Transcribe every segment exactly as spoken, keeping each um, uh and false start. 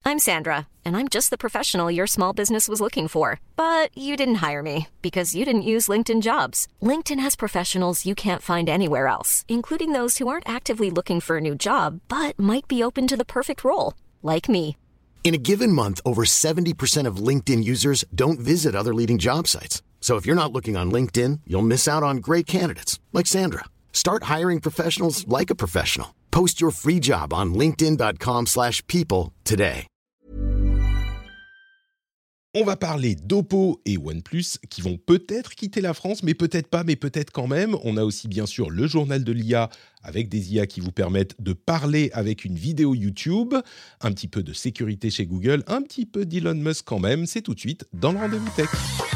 I'm Sandra, and I'm just the professional your small business was looking for. But you didn't hire me because you didn't use LinkedIn Jobs. LinkedIn has professionals you can't find anywhere else, including those who aren't actively looking for a new job, but might be open to the perfect role, like me. In a given month, over seventy percent of LinkedIn users don't visit other leading job sites. So if you're not looking on LinkedIn, you'll miss out on great candidates like Sandra. Start hiring professionals like a professional. Post your free job on linkedin dot com slash people today. On va parler d'Oppo et OnePlus qui vont peut-être quitter la France, mais peut-être pas, mais peut-être quand même. On a aussi bien sûr le journal de l'I A avec des I A qui vous permettent de parler avec une vidéo YouTube, un petit peu de sécurité chez Google, un petit peu d'Elon Musk quand même. C'est tout de suite dans le Rendez-vous Tech.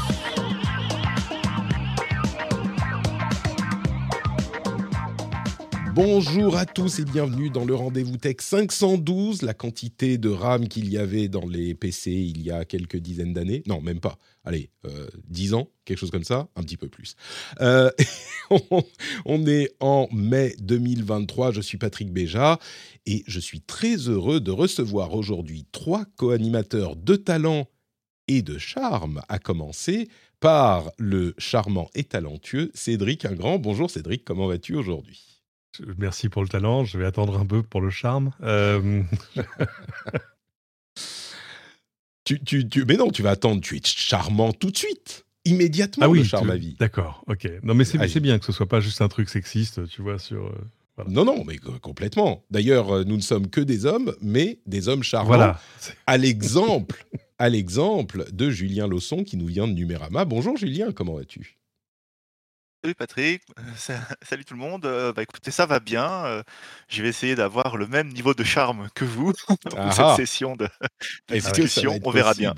Bonjour à tous et bienvenue dans le Rendez-vous Tech cinq cent douze, la quantité de RAM qu'il y avait dans les P C il y a quelques dizaines d'années. Non, même pas. Allez, euh, dix ans, quelque chose comme ça, un petit peu plus. Euh, on, on est en mai deux mille vingt-trois, je suis Patrick Béja et je suis très heureux de recevoir aujourd'hui trois co-animateurs de talent et de charme, à commencer par le charmant et talentueux Cédric Ingrand. Bonjour Cédric, comment vas-tu aujourd'hui ? Merci pour le talent, je vais attendre un peu pour le charme. Euh... tu, tu, tu, mais non, tu vas attendre, tu es charmant tout de suite, immédiatement, ah oui, le charme tu... à vie. D'accord, ok. Non mais c'est, c'est bien que ce soit pas juste un truc sexiste, tu vois, sur... Euh, voilà. Non, non, mais euh, complètement. D'ailleurs, euh, nous ne sommes que des hommes, mais des hommes charmants, voilà. à l'exemple, à l'exemple de Julien Lausson qui nous vient de Numérama. Bonjour Julien, comment vas-tu ? Salut Patrick, euh, salut tout le monde. Euh, bah écoutez, ça va bien. Euh, je vais essayer d'avoir le même niveau de charme que vous pour cette session de, de discussion. On verra bien.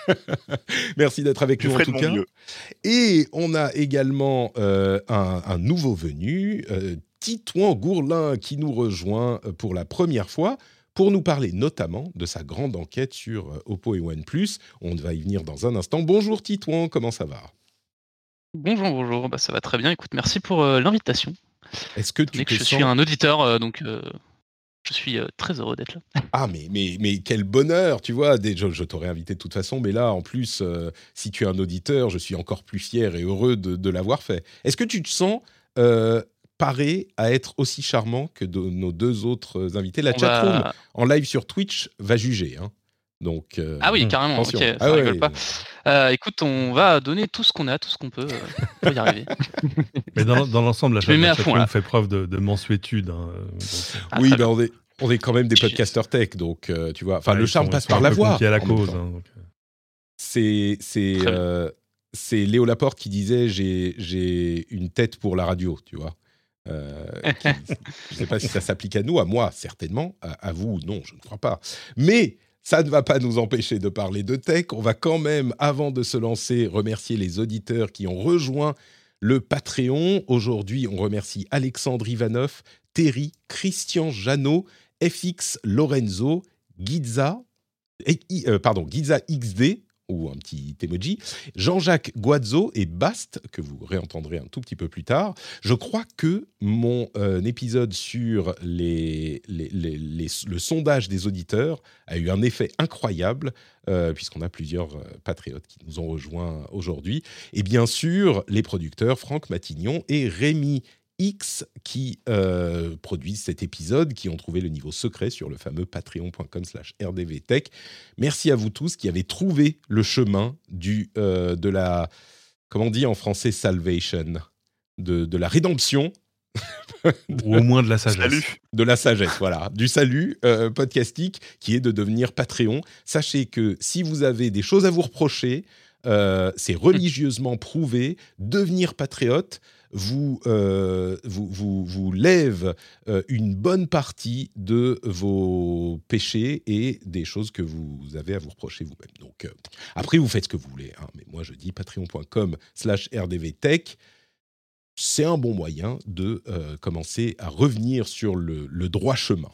Merci d'être avec je nous en tout de cas. Mieux. Et on a également euh, un, un nouveau venu, euh, Titouan Gourlin, qui nous rejoint pour la première fois pour nous parler notamment de sa grande enquête sur Oppo et OnePlus. On va y venir dans un instant. Bonjour Titouan, comment ça va ? Bonjour, bonjour, bah, ça va très bien. Écoute, merci pour euh, l'invitation. Est-ce que tu que te je sens... suis un auditeur, euh, donc euh, je suis euh, très heureux d'être là. Ah, mais, mais, mais quel bonheur, tu vois. Je, je t'aurais invité de toute façon, mais là, en plus, euh, si tu es un auditeur, je suis encore plus fier et heureux de, de l'avoir fait. Est-ce que tu te sens euh, paré à être aussi charmant que de, nos deux autres invités ? La On chatroom va... en live sur Twitch va juger, hein. Donc, euh, ah oui, carrément, attention. ok, ça ah rigole ouais. pas. Euh, écoute, on va donner tout ce qu'on a, tout ce qu'on peut euh, pour y arriver. Mais dans, dans l'ensemble, la, Je me mets à fond, là. fait preuve de, de mansuétude. Hein, donc... ah, oui, ben on, est, on est quand même des podcasters tech, donc euh, tu vois. Enfin, ouais, le charme sont, passe par la voix. À la cause. Hein, donc... C'est, c'est, euh, c'est Léo Laporte qui disait j'ai, j'ai une tête pour la radio, tu vois. Euh, qui, je ne sais pas si ça s'applique à nous, à moi certainement, à, à vous non, je ne crois pas. Mais ça ne va pas nous empêcher de parler de tech. On va quand même, avant de se lancer, remercier les auditeurs qui ont rejoint le Patreon. Aujourd'hui, on remercie Alexandre Ivanov, Terry, Christian Jeannot, F X Lorenzo, Giza, euh, pardon, Giza X D, ou un petit emoji, Jean-Jacques Guazzo et Bast, que vous réentendrez un tout petit peu plus tard. Je crois que mon euh, épisode sur les, les, les, les, le sondage des auditeurs a eu un effet incroyable, euh, puisqu'on a plusieurs euh, patriotes qui nous ont rejoints aujourd'hui. Et bien sûr, les producteurs Franck Matignon et Rémi X qui euh, produisent cet épisode, qui ont trouvé le niveau secret sur le fameux patreon.com slash rdvtech. Merci à vous tous qui avez trouvé le chemin du, euh, de la, comment on dit en français, salvation, de, de la rédemption. Ou au moins de la sagesse. Salut. De la sagesse, voilà. Du salut euh, podcastique qui est de devenir Patreon. Sachez que si vous avez des choses à vous reprocher, euh, c'est religieusement prouvé. Devenir patriote vous, euh, vous, vous, vous lève euh, une bonne partie de vos péchés et des choses que vous avez à vous reprocher vous-même. Donc, euh, après, vous faites ce que vous voulez. Hein, mais moi, je dis patreon.com slash rdvtech. C'est un bon moyen de euh, commencer à revenir sur le, le droit chemin.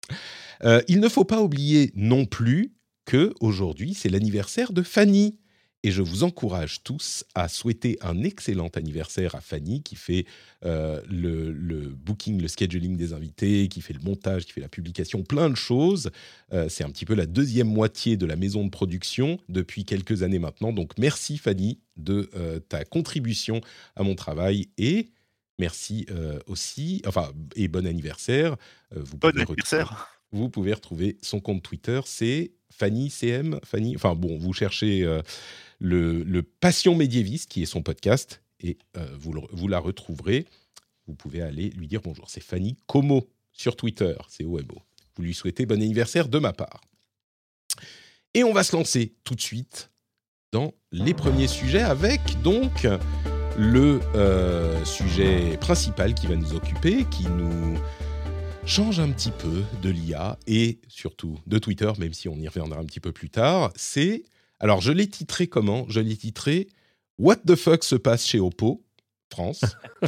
Euh, il ne faut pas oublier non plus qu'aujourd'hui, c'est l'anniversaire de Fanny. Et je vous encourage tous à souhaiter un excellent anniversaire à Fanny, qui fait euh, le, le booking, le scheduling des invités, qui fait le montage, qui fait la publication, plein de choses. Euh, c'est un petit peu la deuxième moitié de la maison de production depuis quelques années maintenant. Donc merci Fanny de euh, ta contribution à mon travail et merci euh, aussi, enfin, et bon anniversaire. Euh, vous Bon pouvez anniversaire. Retrouver, vous pouvez retrouver son compte Twitter, c'est Fanny C M, Fanny, enfin bon, vous cherchez... Euh, Le, le Passion médiéviste, qui est son podcast, et euh, vous, le, vous la retrouverez. Vous pouvez aller lui dire bonjour. C'est Fanny Como sur Twitter, c'est O M O. Vous lui souhaitez bon anniversaire de ma part. Et on va se lancer tout de suite dans les premiers sujets avec donc le euh, sujet principal qui va nous occuper, qui nous change un petit peu de l'I A et surtout de Twitter, même si on y reviendra un petit peu plus tard. C'est... Alors, je l'ai titré comment ? Je l'ai titré « What the fuck se passe chez Oppo, France ?»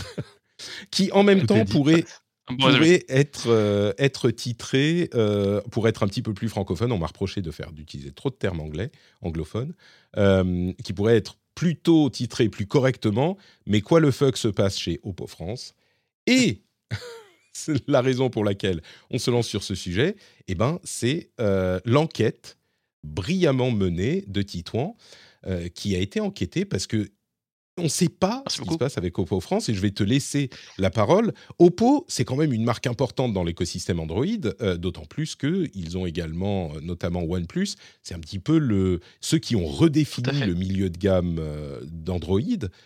qui, en même Tout temps, est dit. pourrait, Bon, pourrait être, euh, être titré, euh, pour être un petit peu plus francophone, on m'a reproché de faire, d'utiliser trop de termes anglais, anglophones, euh, qui pourrait être plutôt titré plus correctement « Mais quoi le fuck se passe chez Oppo France ?» Et c'est la raison pour laquelle on se lance sur ce sujet, eh ben, c'est euh, l'enquête brillamment menée de Titouan, euh, qui a été enquêté parce que on ne sait pas Merci ce beaucoup. qui se passe avec Oppo France et je vais te laisser la parole. Oppo, c'est quand même une marque importante dans l'écosystème Android, euh, d'autant plus qu'ils ont également, euh, notamment OnePlus, c'est un petit peu le, ceux qui ont redéfini le milieu de gamme euh, d'Android.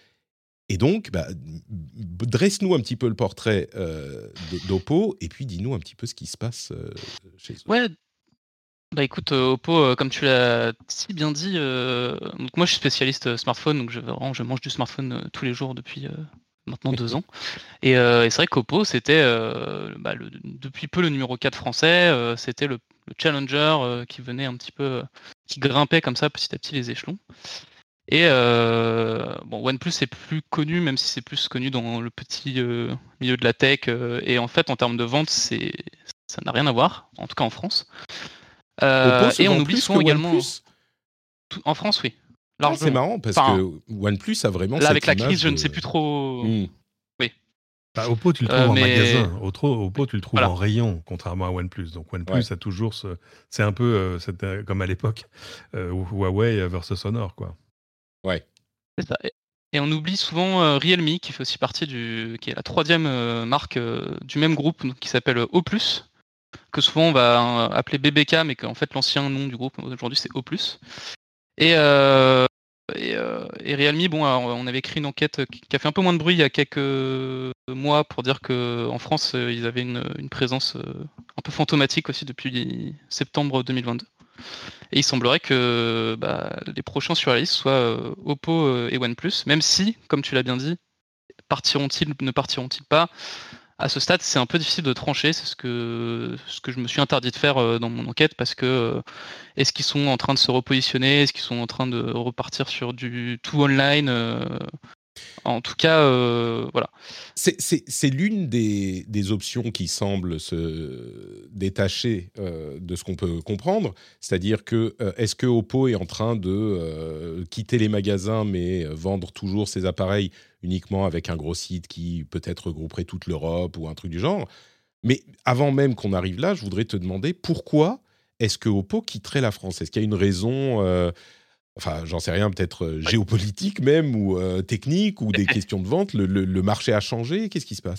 Et donc, bah, dresse-nous un petit peu le portrait euh, d'Oppo et puis dis-nous un petit peu ce qui se passe euh, chez eux. Ouais, bah écoute, euh, Oppo, euh, comme tu l'as si bien dit, euh, donc moi je suis spécialiste euh, smartphone, donc je, vraiment, je mange du smartphone euh, tous les jours depuis euh, maintenant deux ans. Et, euh, et c'est vrai qu'Oppo, c'était euh, bah, le- depuis peu le numéro quatre français, euh, c'était le, le challenger euh, qui venait un petit peu, euh, qui grimpait comme ça petit à petit les échelons. Et euh, bon, OnePlus est plus connu, même si c'est plus connu dans le petit euh, milieu de la tech. euh, et en fait, en termes de vente, c'est ça n'a rien à voir, en tout cas en France. Euh, Oppo se et on vend oublie plus souvent que également. OnePlus. tout- en France, oui. Ah, Largement. c'est marrant parce Enfin, que OnePlus a vraiment là, cette avec la image crise, je de... ne sais plus trop. Mmh. Bah, Oppo, tu le trouves Euh, en mais- magasin. Oppo, Oppo, tu le trouves Voilà. en rayon, contrairement à OnePlus. Donc OnePlus Ouais. a toujours ce... C'est un peu euh, c'est, euh, comme à l'époque, euh, Huawei versus Honor, quoi. Ouais. C'est ça. Et- Et on oublie souvent euh, Realme, qui fait aussi partie du, qui est la troisième euh, marque euh, du même groupe, donc, qui s'appelle euh, O plus, que souvent on va euh, appeler B B K, mais qu'en fait l'ancien nom du groupe aujourd'hui c'est O plus. Et, euh, et, euh, et Realme, bon, alors, on avait écrit une enquête qui qui a fait un peu moins de bruit il y a quelques mois pour dire qu'en France euh, ils avaient une, une présence euh, un peu fantomatique aussi depuis septembre deux mille vingt-deux. Et il semblerait que bah, les prochains sur la liste soient euh, Oppo euh, et OnePlus, même si, comme tu l'as bien dit, partiront-ils, ne partiront-ils pas ? À ce stade, c'est un peu difficile de trancher. C'est ce que, ce que je me suis interdit de faire euh, dans mon enquête parce que euh, est-ce qu'ils sont en train de se repositionner ? Est-ce qu'ils sont en train de repartir sur du tout online euh, En tout cas, euh, voilà. C'est, c'est, c'est l'une des, des options qui semble se détacher euh, de ce qu'on peut comprendre. C'est-à-dire que, euh, est-ce que Oppo est en train de euh, quitter les magasins mais vendre toujours ses appareils uniquement avec un gros site qui peut-être regrouperait toute l'Europe ou un truc du genre ? Mais avant même qu'on arrive là, je voudrais te demander pourquoi est-ce que Oppo quitterait la France ? Est-ce qu'il y a une raison euh, Enfin, j'en sais rien, peut-être euh, géopolitique même, ou euh, technique, ou des questions de vente. Le, le, le marché a changé. Qu'est-ce qui se passe ?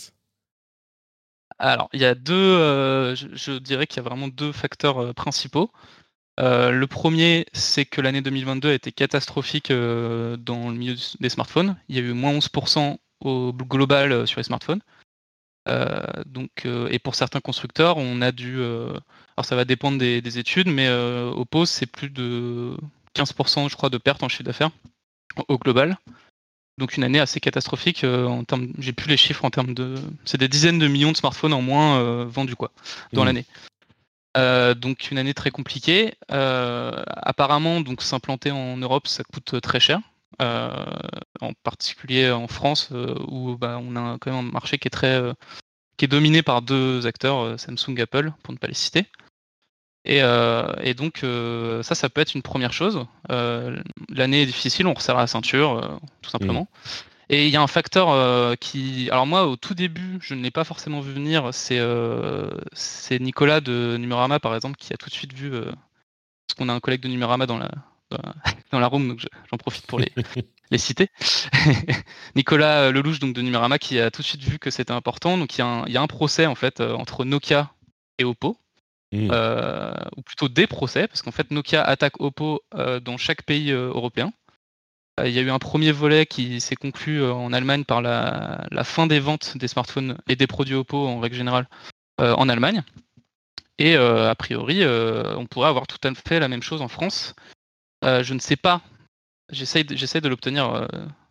Alors, il y a deux, euh, je, je dirais qu'il y a vraiment deux facteurs euh, principaux. Euh, le premier, c'est que l'année deux mille vingt-deux a été catastrophique euh, dans le milieu des smartphones. Il y a eu moins onze pour cent au global euh, sur les smartphones. Euh, donc, euh, et pour certains constructeurs, on a dû... Euh, alors ça va dépendre des, des études, mais euh, Oppo, c'est plus de quinze pour cent, je crois, de perte en chiffre d'affaires au, au global. Donc une année assez catastrophique. Euh, en termes, j'ai plus les chiffres en termes de... C'est des dizaines de millions de smartphones en moins euh, vendus quoi, dans Mmh. l'année. Euh, donc une année très compliquée. Euh, apparemment, donc s'implanter en Europe, ça coûte très cher. Euh, en particulier en France, euh, où bah, on a quand même un marché qui est très, euh, qui est dominé par deux acteurs, euh, Samsung, Apple, pour ne pas les citer. Et, euh, et donc euh, ça, ça peut être une première chose. Euh, l'année est difficile, on resserre la ceinture, euh, tout simplement. Mmh. Et il y a un facteur euh, qui... Alors moi, au tout début, je ne l'ai pas forcément vu venir, c'est, euh, c'est Nicolas de Numérama, par exemple, qui a tout de suite vu... Euh, parce qu'on a un collègue de Numérama dans la, dans la, dans la room, donc je, j'en profite pour les, les citer. Nicolas Lelouch, donc de Numérama, qui a tout de suite vu que c'était important. Donc il y a un, il y a un procès, en fait, entre Nokia et Oppo. Mmh. Euh, ou plutôt des procès, parce qu'en fait Nokia attaque Oppo euh, dans chaque pays euh, européen. Il y a eu un premier volet qui s'est conclu en Allemagne par la, la fin des ventes des smartphones et des produits Oppo en règle générale euh, en Allemagne. Et euh, a priori, euh, on pourrait avoir tout à fait la même chose en France. Euh, je ne sais pas. J'essaye de, j'essaye de l'obtenir euh,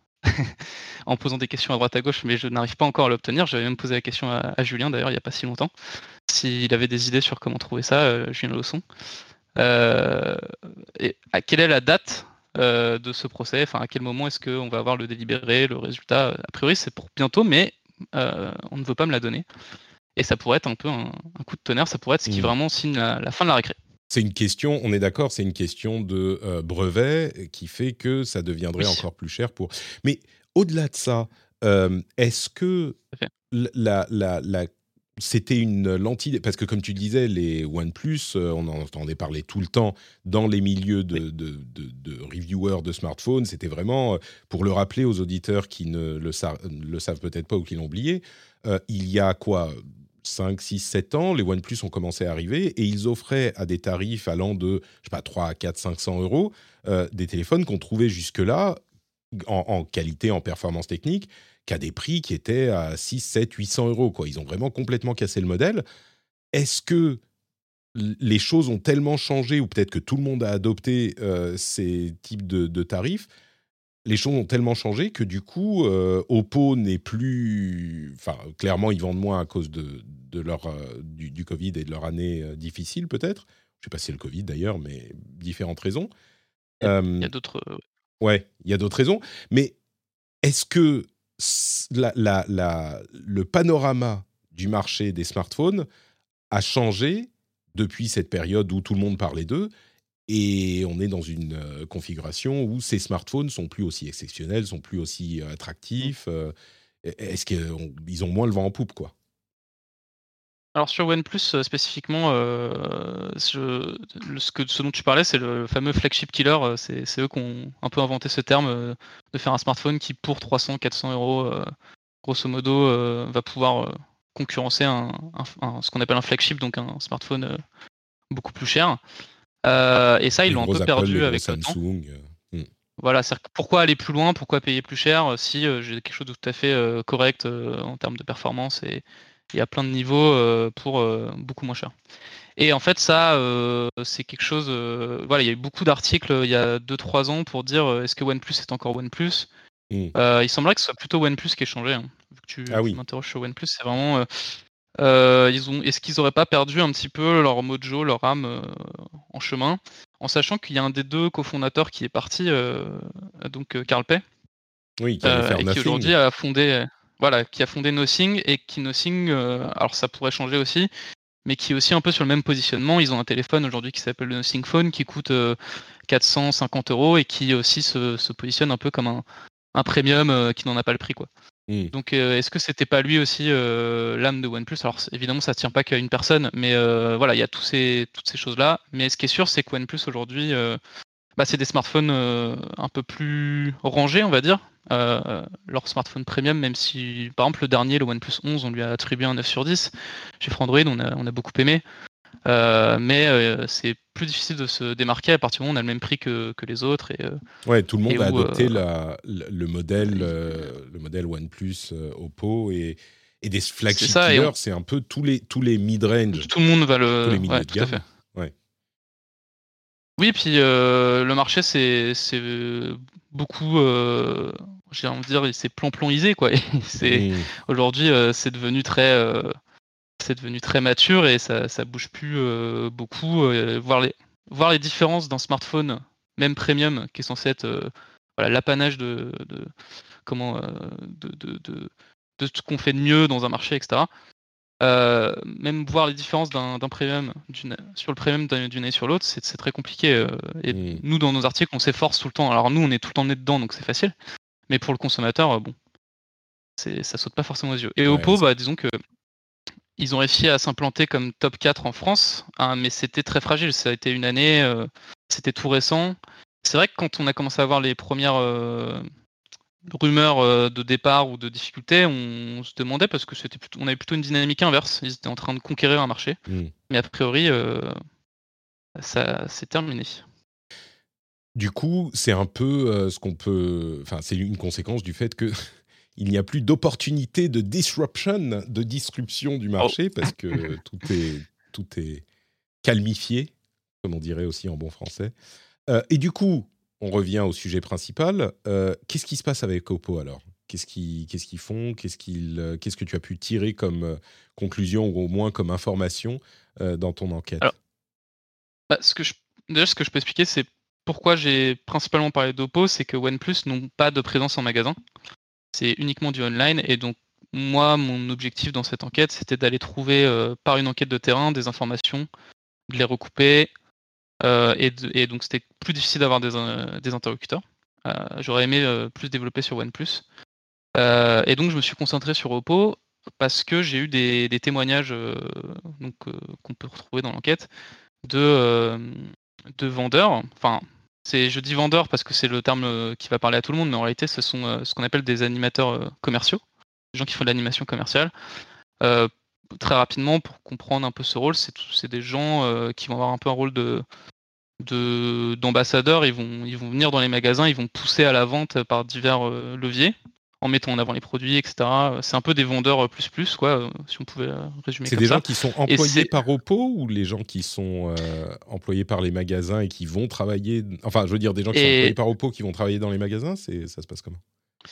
en posant des questions à droite à gauche, mais je n'arrive pas encore à l'obtenir. J'avais même posé la question à, à Julien, d'ailleurs, il n'y a pas si longtemps. S'il avait des idées sur comment trouver ça, euh, Julien Lausson. Euh, et à quelle est la date euh, de ce procès? Enfin, à quel moment est-ce qu'on va avoir le délibéré, le résultat? A priori, c'est pour bientôt, mais euh, on ne veut pas me la donner. Et ça pourrait être un peu un, un coup de tonnerre. Ça pourrait être ce qui mmh. vraiment signe la, la fin de la récré. C'est une question, on est d'accord, c'est une question de euh, brevet qui fait que ça deviendrait oui. encore plus cher pour. Mais au-delà de ça, euh, est-ce que la, la, la, c'était une lentille, parce que comme tu disais, les OnePlus, euh, on en entendait parler tout le temps dans les milieux de, oui. de, de, de reviewers de smartphones. C'était vraiment, pour le rappeler aux auditeurs qui ne le, sa- le savent peut-être pas ou qui l'ont oublié, euh, il y a quoi cinq, six, sept ans, les OnePlus ont commencé à arriver et ils offraient à des tarifs allant de, je sais pas, trois, quatre, cinq cents euros, euh, des téléphones qu'on trouvait jusque-là en, en qualité, en performance technique, qu'à des prix qui étaient à six, sept, huit cents euros, quoi. Ils ont vraiment complètement cassé le modèle. Est-ce que les choses ont tellement changé, ou peut-être que tout le monde a adopté euh, ces types de, de tarifs, les choses ont tellement changé que du coup, euh, Oppo n'est plus... Enfin, clairement, ils vendent moins à cause de, de leur, euh, du, du Covid et de leur année euh, difficile, peut-être. Je ne sais pas si c'est le Covid, d'ailleurs, mais différentes raisons. Il y a, euh, il y a d'autres... Euh... Ouais, il y a d'autres raisons. Mais est-ce que la, la, la, le panorama du marché des smartphones a changé depuis cette période où tout le monde parlait d'eux? Et on est dans une euh, configuration où ces smartphones sont plus aussi exceptionnels, sont plus aussi euh, attractifs. Euh, est-ce qu'ils ont moins le vent en poupe, quoi? Alors sur OnePlus euh, spécifiquement, euh, je, le, ce, que, ce dont tu parlais, c'est le fameux flagship killer. Euh, c'est, c'est eux qui ont un peu inventé ce terme euh, de faire un smartphone qui, pour trois cents, quatre cents euros, euh, grosso modo, euh, va pouvoir euh, concurrencer un, un, un, ce qu'on appelle un flagship, donc un smartphone euh, beaucoup plus cher. Euh, et ça, les ils l'ont un peu Apple, perdu avec Samsung, le temps. Euh, hmm. Voilà, c'est pourquoi aller plus loin, pourquoi payer plus cher si euh, j'ai quelque chose de tout à fait euh, correct euh, en termes de performance et, et à plein de niveaux euh, pour euh, beaucoup moins cher. Et en fait, ça, euh, c'est quelque chose. Euh, voilà, il y a eu beaucoup d'articles il y a deux trois ans pour dire euh, est-ce que OnePlus est encore OnePlus. Hmm. Euh, il semblerait que ce soit plutôt OnePlus qui ait changé. Hein. Vu que tu, ah oui. tu m'interroges sur OnePlus, c'est vraiment. Euh, Euh, ils ont, est-ce qu'ils n'auraient pas perdu un petit peu leur mojo, leur âme euh, en chemin, en sachant qu'il y a un des deux cofondateurs qui est parti, euh, donc euh, Carl Pei, oui, qui, euh, et qui aujourd'hui a fondé, voilà, qui a fondé Nothing, et qui Nothing, euh, alors ça pourrait changer aussi, mais qui est aussi un peu sur le même positionnement. Ils ont un téléphone aujourd'hui qui s'appelle le Nothing Phone, qui coûte euh, quatre cent cinquante euros et qui aussi se, se positionne un peu comme un, un premium euh, qui n'en a pas le prix, quoi. Mmh. Donc, euh, est-ce que c'était pas lui aussi euh, l'âme de OnePlus? Alors, évidemment, ça ne tient pas qu'à une personne, mais euh, voilà, il y a tous ces, toutes ces choses-là. Mais ce qui est sûr, c'est que OnePlus aujourd'hui, euh, bah, c'est des smartphones euh, un peu plus rangés, on va dire. Euh, leur smartphone premium, même si, par exemple, le dernier, le OnePlus onze, on lui a attribué un neuf sur dix. Chez Android, on a, on a beaucoup aimé. Euh, mais euh, c'est plus difficile de se démarquer à partir du moment où on a le même prix que, que les autres. Et, euh, ouais, tout le monde a où, adopté euh, la, le, le, modèle, euh, le modèle OnePlus, euh, Oppo et, et des flagship c'est killers, on... c'est un peu tous les, tous les mid-range. Tout le monde va le... Tous les milieux ouais, de tout à gamme. fait. Ouais. Oui, puis euh, le marché, c'est, c'est beaucoup, euh, j'ai envie de dire, c'est plan-planisé, quoi. c'est, mmh. Aujourd'hui, euh, c'est devenu très... Euh, c'est devenu très mature et ça, ça bouge plus euh, beaucoup. Euh, voir, les, voir les différences d'un smartphone, même premium, qui est censé être euh, voilà, l'apanage de, de, comment, euh, de, de, de, de ce qu'on fait de mieux dans un marché, et cetera. Euh, même voir les différences d'un, d'un premium d'une, sur le premium d'une, d'une année sur l'autre, c'est, c'est très compliqué. Euh, et mmh. nous, dans nos articles, on s'efforce tout le temps. Alors nous, on est tout le temps nez dedans, donc c'est facile. Mais pour le consommateur, euh, bon, c'est, ça saute pas forcément aux yeux. Et ouais, Oppo, bah, disons que ils ont réussi à s'implanter comme top quatre en France, hein, mais c'était très fragile. Ça a été une année, euh, c'était tout récent. C'est vrai que quand on a commencé à voir les premières euh, rumeurs euh, de départ ou de difficultés, on, on se demandait parce que c'était plutôt, on avait plutôt une dynamique inverse. Ils étaient en train de conquérir un marché, mmh. mais a priori, euh, ça c'est terminé. Du coup, c'est un peu euh, ce qu'on peut. Enfin, c'est une conséquence du fait que il n'y a plus d'opportunité de disruption, de disruption du marché, oh. parce que tout est tout est calmifié, comme on dirait aussi en bon français. Euh, et du coup, on revient au sujet principal. Euh, qu'est-ce qui se passe avec Oppo alors ? Qu'est-ce qu'ils, qu'est-ce qu'ils font ? Qu'est-ce, qu'ils, qu'est-ce que tu as pu tirer comme euh, conclusion ou au moins comme information euh, dans ton enquête ? Alors, bah, ce que je, déjà, ce que je peux expliquer, c'est pourquoi j'ai principalement parlé d'Oppo, c'est que OnePlus n'ont pas de présence en magasin. C'est uniquement du online. Et donc, moi, mon objectif dans cette enquête, c'était d'aller trouver, euh, par une enquête de terrain, des informations, de les recouper. Euh, et, de, et donc c'était plus difficile d'avoir des, euh, des interlocuteurs. Euh, j'aurais aimé euh, plus développer sur OnePlus. Euh, et donc je me suis concentré sur Oppo parce que j'ai eu des, des témoignages euh, donc, euh, qu'on peut retrouver dans l'enquête de, euh, de vendeurs. Enfin, c'est, je dis vendeurs parce que c'est le terme qui va parler à tout le monde, mais en réalité ce sont euh, ce qu'on appelle des animateurs euh, commerciaux, des gens qui font de l'animation commerciale. Euh, très rapidement, pour comprendre un peu ce rôle, c'est, tout, c'est des gens euh, qui vont avoir un peu un rôle de, de, d'ambassadeurs. Ils vont, ils vont venir dans les magasins, ils vont pousser à la vente par divers euh, leviers, en mettant en avant les produits, et cetera. C'est un peu des vendeurs plus plus, quoi, si on pouvait résumer c'est comme ça. C'est des gens qui sont employés par Oppo ou les gens qui sont euh, employés par les magasins et qui vont travailler... Enfin, je veux dire, des gens qui et... sont employés par Oppo qui vont travailler dans les magasins, c'est... ça se passe comment ?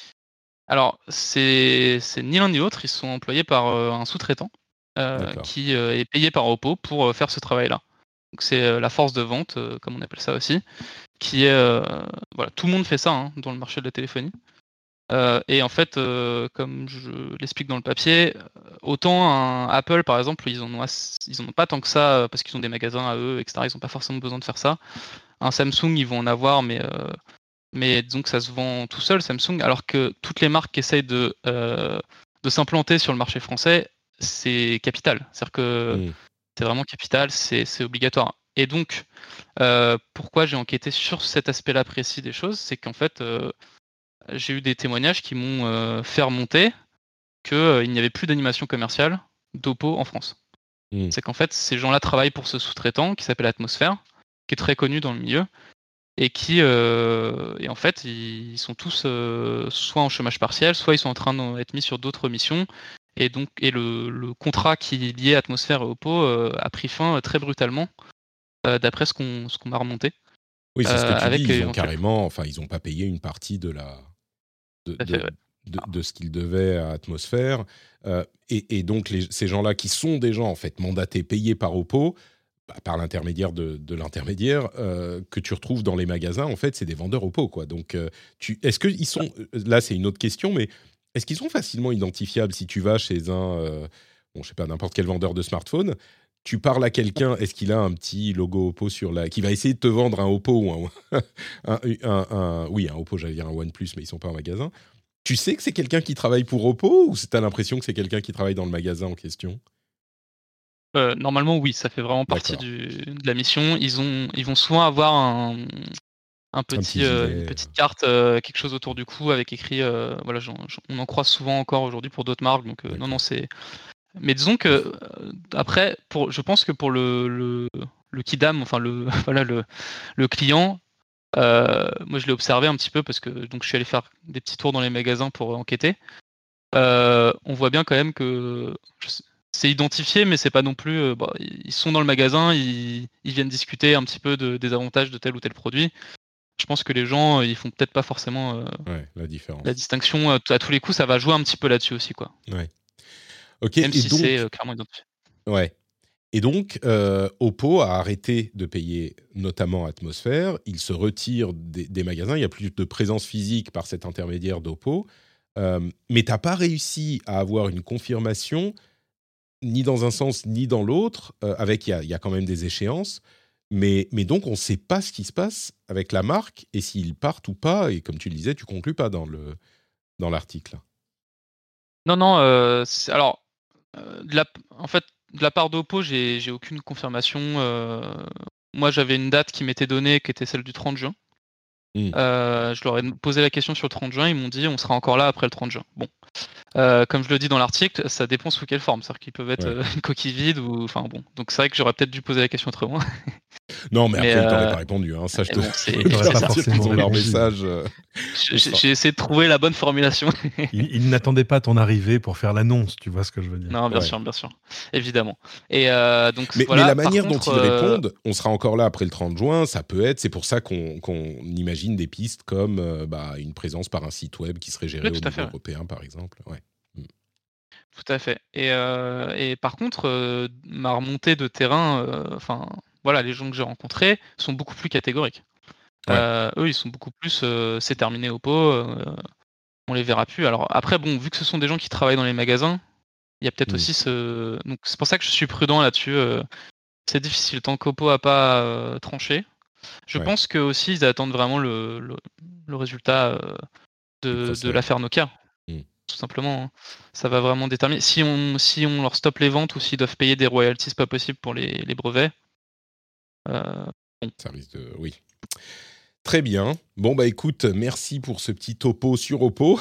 Alors, c'est, c'est ni l'un ni l'autre, ils sont employés par euh, un sous-traitant euh, qui euh, est payé par Oppo pour euh, faire ce travail-là. Donc, c'est euh, la force de vente, euh, comme on appelle ça aussi, qui est... Euh, voilà, tout le monde fait ça hein, dans le marché de la téléphonie. Euh, et en fait, euh, comme je l'explique dans le papier, autant un Apple, par exemple, ils en ont, assez, ils en ont pas tant que ça, parce qu'ils ont des magasins à eux, et cetera. Ils n'ont pas forcément besoin de faire ça. Un Samsung, ils vont en avoir, mais... Euh, mais disons que ça se vend tout seul, Samsung, alors que toutes les marques qui essayent de, euh, de s'implanter sur le marché français, c'est capital. C'est-à-dire que mmh. c'est vraiment capital, c'est, c'est obligatoire. Et donc, euh, pourquoi j'ai enquêté sur cet aspect-là précis des choses, c'est qu'en fait, euh, j'ai eu des témoignages qui m'ont euh, fait remonter qu'il euh, n'y avait plus d'animation commerciale d'Oppo en France. Mmh. C'est qu'en fait, ces gens-là travaillent pour ce sous-traitant qui s'appelle Atmosphère, qui est très connu dans le milieu, et qui, euh, et en fait, ils sont tous euh, soit en chômage partiel, soit ils sont en train d'être mis sur d'autres missions. Et donc, et le, le contrat qui liait Atmosphère et Oppo euh, a pris fin euh, très brutalement, euh, d'après ce qu'on, ce qu'on m'a remonté. Oui, c'est ce que tu euh, dis. Ils ont carrément, enfin, ils n'ont pas payé une partie de la, de, de, fait, ouais. de, de ce qu'ils devaient à Atmosphère. Euh, et, et donc, les, ces gens-là, qui sont des gens en fait mandatés, payés par Oppo. Par l'intermédiaire de, de l'intermédiaire euh, que tu retrouves dans les magasins, en fait, c'est des vendeurs Oppo, quoi. Donc, euh, tu, est-ce qu'ils sont... Là, c'est une autre question, mais est-ce qu'ils sont facilement identifiables si tu vas chez un... Euh, bon, je sais pas, n'importe quel vendeur de smartphone, tu parles à quelqu'un, est-ce qu'il a un petit logo Oppo sur la... qui va essayer de te vendre un Oppo ou un... un, un, un oui, un Oppo, j'allais dire un OnePlus, mais ils sont pas en magasin. Tu sais que c'est quelqu'un qui travaille pour Oppo ou tu as l'impression que c'est quelqu'un qui travaille dans le magasin en question ? Euh, normalement, oui, ça fait vraiment partie du, de la mission. Ils, ont, ils vont souvent avoir un, un petit, un petit euh, une petite carte, euh, quelque chose autour du cou avec écrit. Euh, voilà, j'en, j'en, on en croise souvent encore aujourd'hui pour d'autres marques. Donc, euh, non, non, c'est. Mais disons que euh, après, pour, je pense que pour le, le, le Kidam, enfin le, voilà, le, le client, euh, moi je l'ai observé un petit peu parce que donc je suis allé faire des petits tours dans les magasins pour enquêter. Euh, on voit bien quand même que. Je sais, c'est identifié, mais c'est pas non plus. Euh, bah, ils sont dans le magasin, ils, ils viennent discuter un petit peu de, des avantages de tel ou tel produit. Je pense que les gens, ils font peut-être pas forcément euh, ouais, la différence. La distinction. À tous les coups, ça va jouer un petit peu là-dessus aussi, quoi. Ouais. Ok. Même et si donc, c'est euh, clairement identifié. Ouais. Et donc, euh, Oppo a arrêté de payer notamment Atmosphère. Il se retire des, des magasins. Il n'y a plus de présence physique par cet intermédiaire d'Oppo. Euh, mais tu n'as pas réussi à avoir une confirmation ni dans un sens ni dans l'autre, euh, avec il y a, y a quand même des échéances, mais, mais donc on ne sait pas ce qui se passe avec la marque et s'ils partent ou pas, et comme tu le disais, tu conclus pas dans, le, dans l'article. Non, non, euh, c'est, alors, euh, de la, en fait, de la part d'Oppo, j'ai, j'ai aucune confirmation. Euh, moi, j'avais une date qui m'était donnée, qui était celle du trente juin. Mmh. Euh, je leur ai posé la question sur le trente juin, ils m'ont dit on sera encore là après le trente juin. Bon, euh, comme je le dis dans l'article, ça dépend sous quelle forme, c'est-à-dire qu'ils peuvent être ouais. euh, une coquille vide ou, enfin bon. Donc c'est vrai que j'aurais peut-être dû poser la question autrement. Non, mais, mais après, euh... ils t'auraient pas répondu. Hein. Ça, je te bon, c'est, c'est pas forcément leur message. Euh... J'ai, j'ai essayé de trouver la bonne formulation. Ils, ils n'attendaient pas ton arrivée pour faire l'annonce, tu vois ce que je veux dire. Non, bien ouais. sûr, bien sûr, évidemment. Et euh, donc, mais, voilà, mais la manière contre, dont ils euh... répondent, on sera encore là après le trente juin, ça peut être. C'est pour ça qu'on, qu'on imagine des pistes comme euh, bah, une présence par un site web qui serait géré oui, au niveau fait, européen, ouais. par exemple. Ouais. Mm. Tout à fait. Et, euh, et par contre, euh, ma remontée de terrain, enfin. Euh, Voilà, les gens que j'ai rencontrés sont beaucoup plus catégoriques. Ouais. Euh, eux, ils sont beaucoup plus euh, c'est terminé Oppo, euh, on les verra plus. Alors après, bon, vu que ce sont des gens qui travaillent dans les magasins, il y a peut-être mmh. aussi ce. Donc c'est pour ça que je suis prudent là-dessus. Euh, c'est difficile tant qu'Oppo a pas euh, tranché. Je ouais. pense que aussi ils attendent vraiment le, le, le résultat euh, de, de l'affaire Nokia. Mmh. Tout simplement, hein. Ça va vraiment déterminer. Si on si on leur stoppe les ventes ou s'ils doivent payer des royalties pas possible pour les, les brevets. Euh, bon. Ça risque de... Oui. Très bien. Bon, bah écoute, merci pour ce petit topo sur Oppo.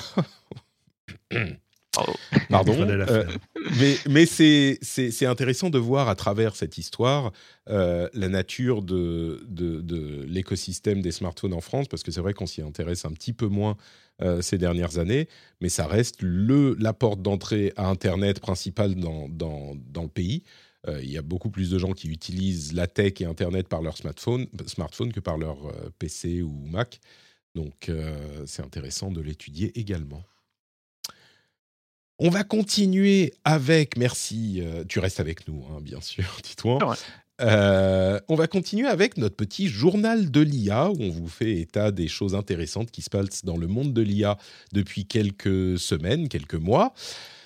Oh. Pardon. Euh, mais mais c'est, c'est, c'est intéressant de voir à travers cette histoire euh, la nature de, de, de l'écosystème des smartphones en France, parce que c'est vrai qu'on s'y intéresse un petit peu moins euh, ces dernières années, mais ça reste le, la porte d'entrée à Internet principale dans, dans, dans le pays. Il euh, y a beaucoup plus de gens qui utilisent la tech et Internet par leur smartphone, smartphone que par leur euh, P C ou Mac. Donc, euh, c'est intéressant de l'étudier également. On va continuer avec... Merci, euh, tu restes avec nous, hein, bien sûr, dis-toi. Ouais. Euh, on va continuer avec notre petit journal de l'I A, où on vous fait état des choses intéressantes qui se passent dans le monde de l'I A depuis quelques semaines, quelques mois.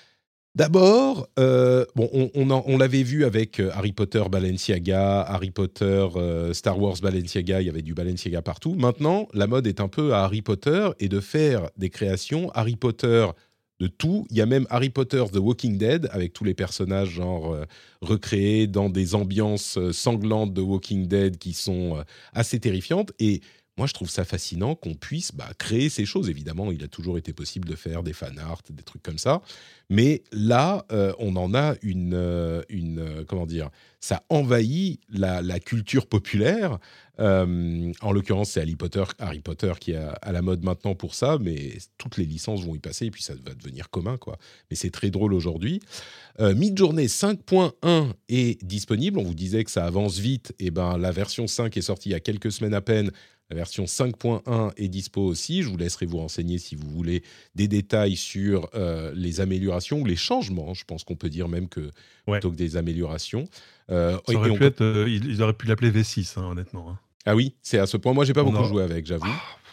D'abord, euh, bon, on, on, en, on l'avait vu avec Harry Potter Balenciaga, Harry Potter euh, Star Wars Balenciaga, il y avait du Balenciaga partout. Maintenant, la mode est un peu à Harry Potter et de faire des créations Harry Potter de tout. Il y a même Harry Potter The Walking Dead avec tous les personnages genre euh, recréés dans des ambiances euh, sanglantes de Walking Dead qui sont euh, assez terrifiantes. Et moi, je trouve ça fascinant qu'on puisse bah, créer ces choses. Évidemment, il a toujours été possible de faire des fan art, des trucs comme ça. Mais là, euh, on en a une, euh, une euh, comment dire, ça envahit la, la culture populaire. Euh, en l'occurrence, c'est Harry Potter, Harry Potter qui est à, à la mode maintenant pour ça, mais toutes les licences vont y passer et puis ça va devenir commun, quoi. Mais c'est très drôle aujourd'hui. Euh, Midjourney cinq point un est disponible. On vous disait que ça avance vite. Et ben, la version cinq est sortie il y a quelques semaines à peine. La version cinq point un est dispo aussi. Je vous laisserai vous renseigner si vous voulez des détails sur euh, les améliorations ou les changements. Je pense qu'on peut dire même que ouais. plutôt que des améliorations. Euh, Ça aurait pu peut... être, euh, ils auraient pu l'appeler V six, hein, honnêtement. Hein. Ah oui, c'est à ce point. Moi, j'ai pas on beaucoup a... joué avec, j'avoue.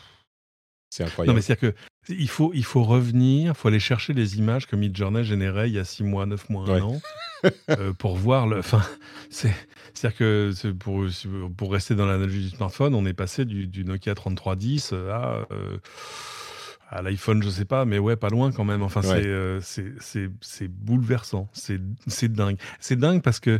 C'est incroyable. Non, mais c'est-à-dire que il faut, il faut revenir, il faut aller chercher les images que Midjourney générait il y a six mois, neuf mois, un ouais. an, euh, pour voir le. Enfin, c'est, c'est-à-dire que c'est pour, pour rester dans l'analogie du smartphone, on est passé du, du Nokia trente-trois dix à, euh, à l'iPhone, je sais pas, mais ouais, pas loin quand même. Enfin, ouais. c'est, euh, c'est, c'est, c'est bouleversant, c'est, c'est dingue. C'est dingue parce que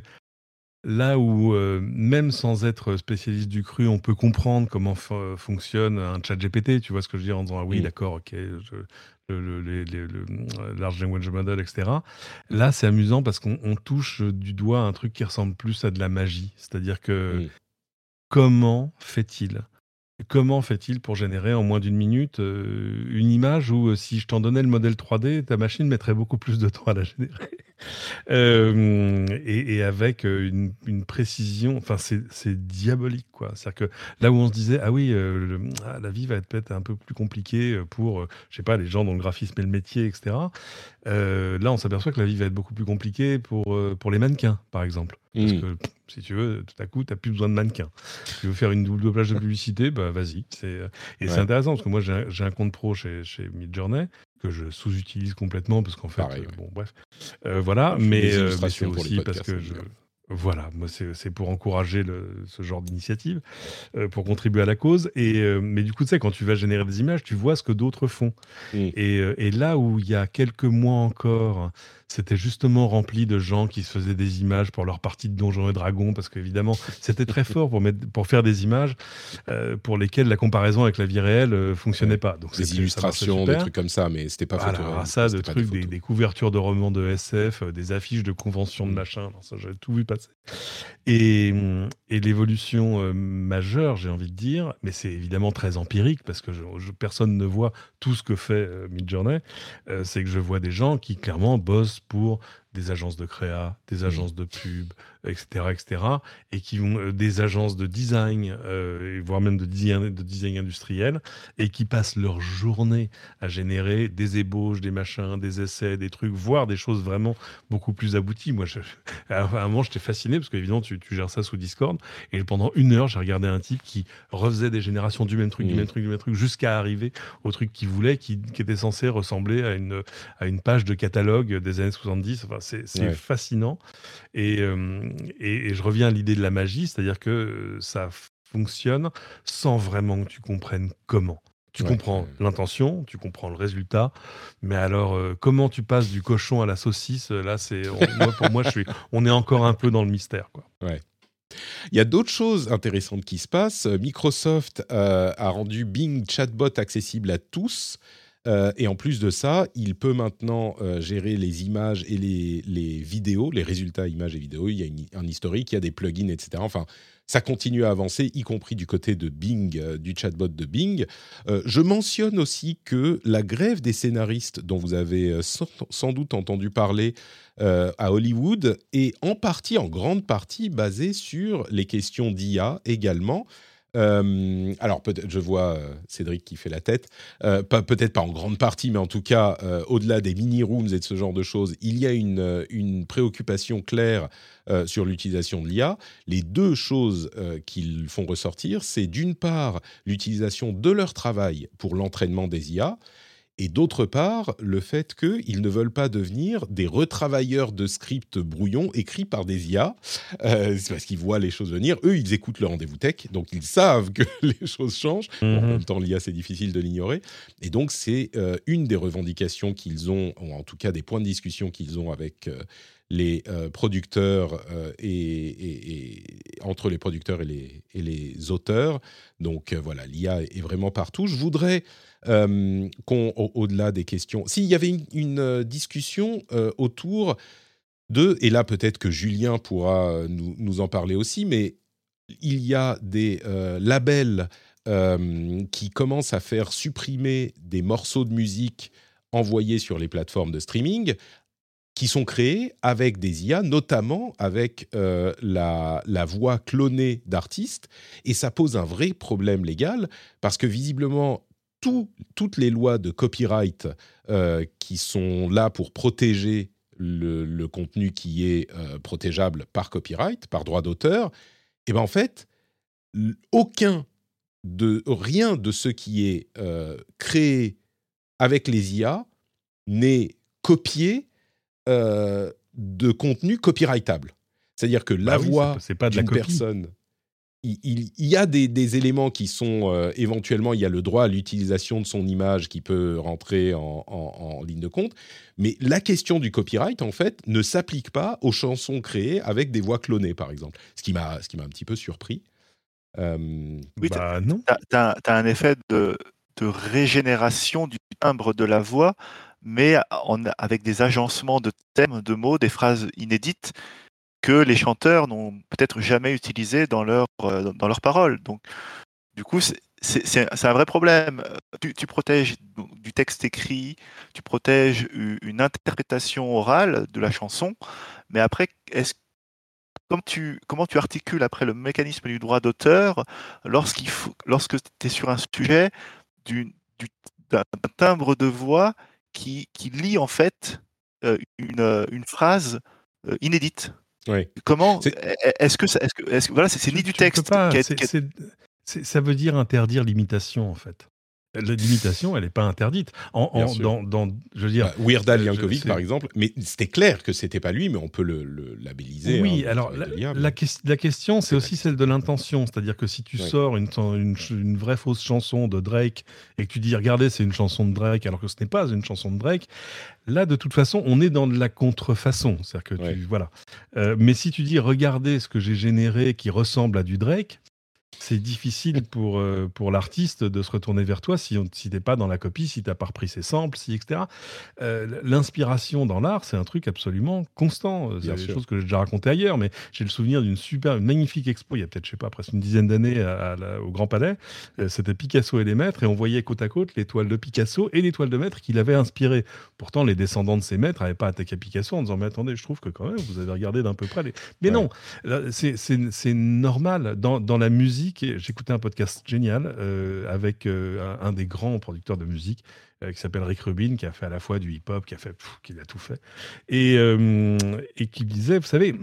là où, euh, même sans être spécialiste du cru, on peut comprendre comment f- fonctionne un chat G P T, tu vois ce que je veux dire, en disant ah oui, mmh. d'accord, ok, je, le, le, le, le, le large language model, et cetera. Là, c'est amusant parce qu'on on touche du doigt un truc qui ressemble plus à de la magie. C'est-à-dire que mmh. comment fait-il Comment fait-il pour générer en moins d'une minute euh, une image où, euh, si je t'en donnais le modèle trois D, ta machine mettrait beaucoup plus de temps à la générer euh, et, et avec une, une précision, enfin, c'est, c'est diabolique, quoi. C'est-à-dire que là où on se disait, ah oui, euh, le, ah, la vie va être peut-être un peu plus compliquée pour, euh, je sais pas, les gens dont le graphisme est le métier, et cetera. Euh, là, on s'aperçoit que la vie va être beaucoup plus compliquée pour, euh, pour les mannequins, par exemple. Parce mmh. que, si tu veux, tout à coup, tu n'as plus besoin de mannequins. Tu veux faire une double plage de publicité, bah vas-y. C'est... Et ouais. c'est intéressant, parce que moi, j'ai un, j'ai un compte pro chez, chez Midjourney, que je sous-utilise complètement parce qu'en fait, Pareil, euh, ouais. bon, bref, euh, voilà, Je fais mais, des euh, mais c'est illustrations pour les aussi parce podcasts, que c'est je, bien. voilà, moi c'est, c'est pour encourager le, ce genre d'initiative, euh, pour contribuer à la cause. Et euh, mais du coup, tu sais, quand tu vas générer des images, tu vois ce que d'autres font. Mm. Et, euh, et là où il y a quelques mois encore, c'était justement rempli de gens qui se faisaient des images pour leur partie de Donjons et Dragons, parce qu'évidemment, c'était très fort pour, mettre, pour faire des images euh, pour lesquelles la comparaison avec la vie réelle euh, fonctionnait Ouais. pas. Donc Des c'était, ça marchait illustrations, des super. trucs comme ça, mais c'était pas Voilà, photo. alors ça, de C'était pas des trucs, des, photos. des couvertures de romans de S F, euh, des affiches de conventions de Mm. machin, non, ça j'avais tout vu passer. Et, hum, et l'évolution euh, majeure, j'ai envie de dire, mais c'est évidemment très empirique parce que je, je- personne ne voit tout ce que fait euh, Midjourney, euh, c'est que je vois des gens qui clairement bossent pour des agences de créa, des Mm. agences de pub, et cetera, et cetera, et qui ont euh, des agences de design, euh, et voire même de design, de design industriel, et qui passent leur journée à générer des ébauches, des machins, des essais, des trucs, voire des choses vraiment beaucoup plus abouties. Moi, je, à un moment, j'étais fasciné parce qu'évidemment, tu, tu gères ça sous Discord, et pendant une heure, j'ai regardé un type qui refaisait des générations du même truc, du Mm. même truc, du même truc, jusqu'à arriver au truc qu'il voulait, qui, qui était censé ressembler à une, à une page de catalogue des années soixante-dix. Enfin, c'est c'est Ouais. fascinant. Et, euh, et, et je reviens à l'idée de la magie, c'est-à-dire que euh, ça fonctionne sans vraiment que tu comprennes comment. Tu Ouais, comprends ouais. l'intention, tu comprends le résultat, mais alors euh, comment tu passes du cochon à la saucisse, là, c'est on- moi, pour moi, je suis, on est encore un peu dans le mystère, quoi. Ouais. Il y a d'autres choses intéressantes qui se passent. Microsoft euh, a rendu Bing Chatbot accessible à tous. Euh, et en plus de ça, il peut maintenant euh, gérer les images et les, les vidéos, les résultats images et vidéos. Il y a une, un historique, il y a des plugins, et cetera. Enfin, ça continue à avancer, y compris du côté de Bing, euh, du chatbot de Bing. Euh, je mentionne aussi que la grève des scénaristes, dont vous avez euh, sans, sans doute entendu parler euh, à Hollywood, est en partie, en grande partie, basée sur les questions d'I A également. Euh, alors, peut-être, je vois euh, Cédric qui fait la tête. Euh, pas, peut-être pas en grande partie, mais en tout cas, euh, au-delà des mini-rooms et de ce genre de choses, il y a une, une préoccupation claire euh, sur l'utilisation de l'I A. Les deux choses euh, qu'ils font ressortir, c'est d'une part l'utilisation de leur travail pour l'entraînement des I A, et d'autre part, le fait qu'ils ne veulent pas devenir des retravailleurs de scripts brouillons écrits par des I A. Euh, c'est parce qu'ils voient les choses venir. Eux, ils écoutent le rendez-vous tech, donc ils savent que les choses changent. Bon, en Mhm. même temps, l'I A, c'est difficile de l'ignorer. Et donc, c'est euh, une des revendications qu'ils ont, ou en tout cas des points de discussion qu'ils ont avec euh, les euh, producteurs euh, et, et, et entre les producteurs et les, et les auteurs. Donc euh, voilà, l'I A est vraiment partout. Je voudrais euh, qu'on, au, au-delà des questions, s'il y avait une, une euh, discussion euh, autour de, et là peut-être que Julien pourra euh, nous, nous en parler aussi, mais il y a des euh, labels euh, qui commencent à faire supprimer des morceaux de musique envoyés sur les plateformes de streaming, qui sont créés avec des I A, notamment avec euh, la, la voix clonée d'artistes. Et ça pose un vrai problème légal, parce que visiblement, tout, toutes les lois de copyright euh, qui sont là pour protéger le, le contenu qui est euh, protégeable par copyright, par droit d'auteur, et ben en fait, aucun de, rien de ce qui est euh, créé avec les I A n'est copié Euh, de contenu copyrightable. C'est-à-dire que la Bah oui, voix c'est pas, c'est pas de la d'une copie. personne, il, il, il y a des, des éléments qui sont euh, éventuellement, il y a le droit à l'utilisation de son image qui peut rentrer en, en, en ligne de compte, mais la question du copyright, en fait, ne s'applique pas aux chansons créées avec des voix clonées, par exemple. Ce qui m'a, ce qui m'a un petit peu surpris. Euh... Oui, Bah non. tu as un effet de, de régénération du timbre de la voix, mais en, avec des agencements de thèmes, de mots, des phrases inédites que les chanteurs n'ont peut-être jamais utilisées dans leurs euh, dans leurs paroles. Donc, du coup, c'est, c'est, c'est un vrai problème. Tu, tu protèges du texte écrit, tu protèges une interprétation orale de la chanson, mais après, est-ce Comment tu, comment tu articules après le mécanisme du droit d'auteur lorsqu'il faut, lorsque tu es sur un sujet du, du, d'un timbre de voix qui, qui lit en fait euh, une, une phrase euh, inédite. Oui. Comment C'est... est-ce que, est-ce que, est-ce que voilà, c'est, c'est tu, ni du tu texte peux pas, qui est, c'est, qui est... c'est, c'est, ça veut dire interdire l'imitation en fait. La limitation, elle n'est pas interdite. En, en, dans, dans, je veux dire, bah, Weird Al Yankovic, je, par exemple, mais c'était clair que c'était pas lui, mais on peut le, le labelliser. Oui, hein, alors la, la, la, que, la question, c'est, c'est aussi celle de l'intention, c'est-à-dire que si tu ouais. sors une, une, une vraie fausse chanson de Drake et que tu dis, regardez, c'est une chanson de Drake, alors que ce n'est pas une chanson de Drake, là, de toute façon, on est dans de la contrefaçon, c'est-à-dire que ouais. tu, voilà. Euh, mais si tu dis, regardez ce que j'ai généré qui ressemble à du Drake. C'est difficile pour, euh, pour l'artiste de se retourner vers toi si, si tu n'es pas dans la copie, si tu n'as pas repris ses samples, si, et cetera. Euh, l'inspiration dans l'art, c'est un truc absolument constant. C'est Bien des sûr. choses que j'ai déjà racontées ailleurs, mais j'ai le souvenir d'une super, une magnifique expo, il y a peut-être, je sais pas, presque une dizaine d'années à, à, au Grand Palais. Euh, c'était Picasso et les maîtres, et on voyait côte à côte les toiles de Picasso et les toiles de maîtres qu'il avait inspirées. Pourtant, les descendants de ces maîtres n'avaient pas attaqué Picasso en disant « Mais attendez, je trouve que quand même, vous avez regardé d'un peu près les... » Mais ouais. non, c'est, c'est, c'est normal. Dans, dans la musique, j'écoutais un podcast génial euh, avec euh, un, un des grands producteurs de musique euh, qui s'appelle Rick Rubin, qui a fait à la fois du hip-hop, qui a fait, pff, qui a tout fait, et, euh, et qui disait, vous savez,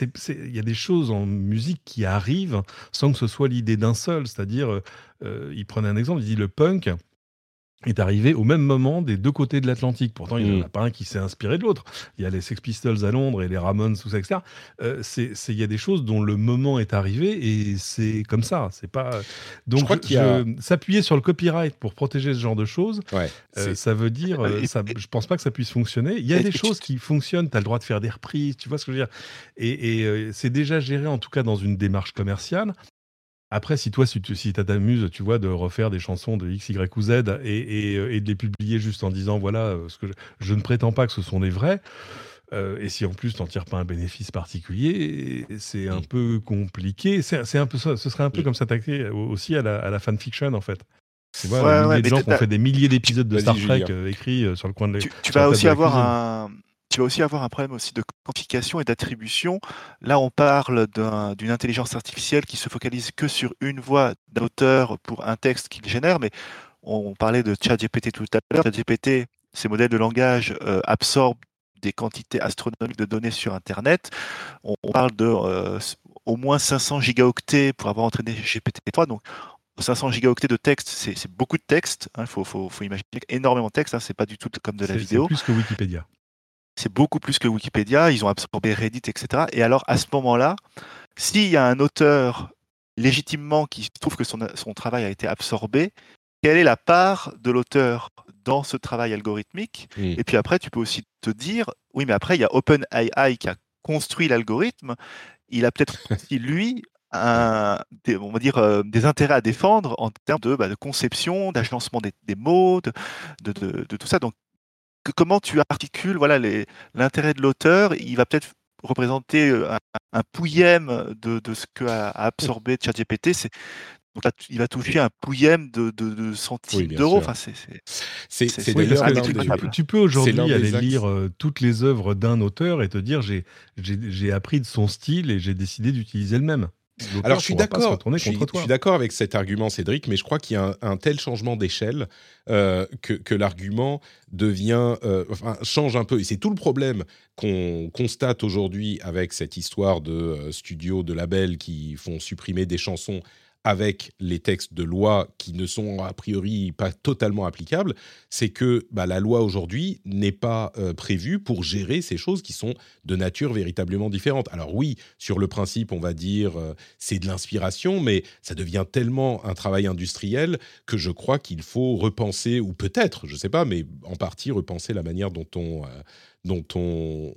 il y a des choses en musique qui arrivent sans que ce soit l'idée d'un seul. C'est-à-dire, euh, il prenait un exemple, il dit le punk est arrivé au même moment des deux côtés de l'Atlantique. Pourtant, il n'y en a pas un qui s'est inspiré de l'autre. Il y a les Sex Pistols à Londres et les Ramones, tout ça, et cetera. Euh, c'est, c'est, il y a des choses dont le moment est arrivé et c'est comme ça. C'est pas... Donc, je crois qu'il y a... je... s'appuyer sur le copyright pour protéger ce genre de choses, ouais, euh, ça veut dire... Euh, ça, je ne pense pas que ça puisse fonctionner. Il y a des choses qui fonctionnent. Tu as le droit de faire des reprises, tu vois ce que je veux dire. Et, et euh, c'est déjà géré, en tout cas, dans une démarche commerciale. Après, si toi, si tu si t'amuses, tu vois, de refaire des chansons de X, Y ou Z et, et, et de les publier juste en disant, voilà, ce que je, je ne prétends pas que ce sont les vrais, euh, et si en plus tu n'en tires pas un bénéfice particulier, c'est un mmh. peu compliqué. C'est, c'est un peu ça, ce serait un peu mmh. comme s'attaquer aussi à la, à la fanfiction, en fait. Tu vois, ouais, des milliers ouais, de gens qui ont fait des milliers d'épisodes de Star Trek euh, écrits euh, sur le coin de la Tu, tu vas aussi avoir un... Tu vas aussi avoir un problème aussi de quantification et d'attribution. Là, on parle d'un, d'une intelligence artificielle qui se focalise que sur une voix d'auteur pour un texte qu'il génère, mais on parlait de ChatGPT tout à l'heure. ChatGPT, ces modèles de langage euh, absorbent des quantités astronomiques de données sur Internet. On, on parle de euh, au moins cinq cents gigaoctets pour avoir entraîné G P T trois. Donc, cinq cents gigaoctets de texte, c'est, c'est beaucoup de texte. Il hein, faut, faut, faut imaginer énormément de texte. Hein, c'est pas du tout comme de la c'est, vidéo. C'est plus que Wikipédia. C'est beaucoup plus que Wikipédia, ils ont absorbé Reddit, et cetera. Et alors, à ce moment-là, s'il y a un auteur légitimement qui trouve que son, son travail a été absorbé, quelle est la part de l'auteur dans ce travail algorithmique ? mmh. Et puis après, tu peux aussi te dire, oui, mais après, il y a OpenAI qui a construit l'algorithme, il a peut-être aussi, lui, un, des, on va dire, euh, des intérêts à défendre en termes de, bah, de conception, d'agencement des, des mots, de, de, de, de tout ça. Donc, que, comment tu articules voilà, les, l'intérêt de l'auteur, il va peut-être représenter un, un pouillème de, de ce qu'a absorbé ChatGPT. C'est, donc là, il va toucher un pouillème de, de, de centimes oui, d'euros. Enfin, c'est, c'est, c'est, c'est, c'est oui, d'ailleurs tu, tu, tu peux aujourd'hui aller axes. lire euh, toutes les œuvres d'un auteur et te dire j'ai, j'ai, j'ai appris de son style et j'ai décidé d'utiliser le même. L'auteur Alors je suis d'accord, je suis, je suis d'accord avec cet argument, Cédric, mais je crois qu'il y a un, un tel changement d'échelle euh, que, que l'argument devient, euh, enfin, change un peu. Et c'est tout le problème qu'on constate aujourd'hui avec cette histoire de euh, studios, de labels qui font supprimer des chansons avec les textes de loi qui ne sont a priori pas totalement applicables, c'est que bah, la loi aujourd'hui n'est pas euh, prévue pour gérer ces choses qui sont de nature véritablement différente. Alors oui, sur le principe, on va dire euh, c'est de l'inspiration, mais ça devient tellement un travail industriel que je crois qu'il faut repenser, ou peut-être, je ne sais pas, mais en partie repenser la manière dont on... Euh, dont on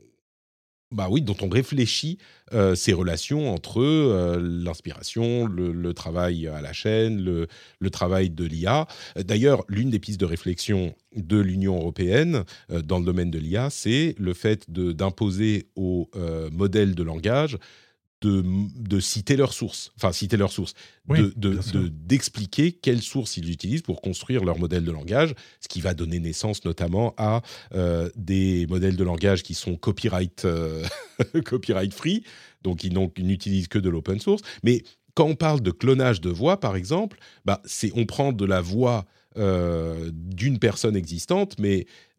Bah oui, dont on réfléchit euh, ces relations entre euh, l'inspiration, le, le travail à la chaîne, le, le travail de l'I A. D'ailleurs, l'une des pistes de réflexion de l'Union européenne euh, dans le domaine de l'I A, c'est le fait de, d'imposer aux euh, modèles de langage de, de citer leurs sources, enfin citer leurs sources, oui, de, de, de, d'expliquer quelles sources ils utilisent pour construire leur modèle de langage, ce qui va donner naissance notamment à euh, des modèles de langage qui sont copyright, euh, copyright free, donc ils, ils n'utilisent que de l'open source. Mais quand on parle de clonage de voix, par exemple, bah, c'est, on prend de la voix euh, d'une personne existante, mais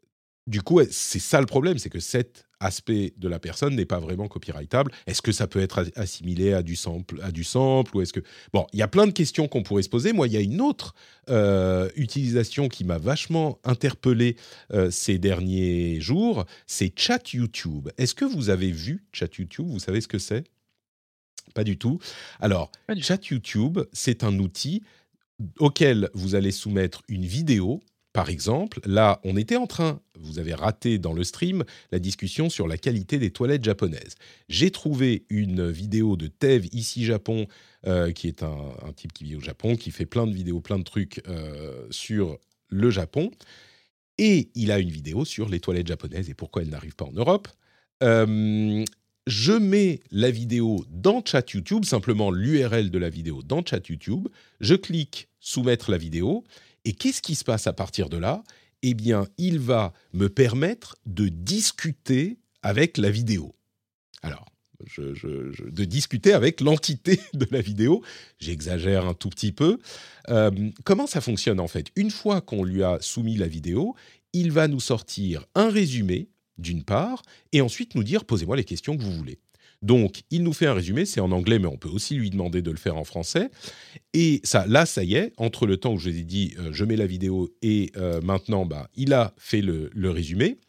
du coup, c'est ça le problème, c'est que cet aspect de la personne n'est pas vraiment copyrightable. Est-ce que ça peut être assimilé à du sample, à du sample ou est-ce que... Bon, il y a plein de questions qu'on pourrait se poser. Moi, il y a une autre euh, utilisation qui m'a vachement interpellé euh, ces derniers jours, c'est Chat YouTube. Est-ce que vous avez vu Chat YouTube ? Vous savez ce que c'est ? Pas du tout. Alors, du Chat YouTube, c'est un outil auquel vous allez soumettre une vidéo. Par exemple, là, on était en train, vous avez raté dans le stream, la discussion sur la qualité des toilettes japonaises. J'ai trouvé une vidéo de Tev, ici Japon, euh, qui est un, un type qui vit au Japon, qui fait plein de vidéos, plein de trucs euh, sur le Japon. Et il a une vidéo sur les toilettes japonaises et pourquoi elles n'arrivent pas en Europe. Euh, je mets la vidéo dans Chat YouTube, simplement l'U R L de la vidéo dans Chat YouTube. Je clique « Soumettre la vidéo ». Et qu'est-ce qui se passe à partir de là ? Eh bien, il va me permettre de discuter avec la vidéo. Alors, je, je, je, de discuter avec l'entité de la vidéo. J'exagère un tout petit peu. Euh, comment ça fonctionne en fait ? Une fois qu'on lui a soumis la vidéo, il va nous sortir un résumé, d'une part, et ensuite nous dire « Posez-moi les questions que vous voulez ». Donc, il nous fait un résumé, c'est en anglais, mais on peut aussi lui demander de le faire en français. Et ça, là, ça y est, entre le temps où je lui ai dit euh, « je mets la vidéo » et euh, maintenant, bah, il a fait le, le résumé.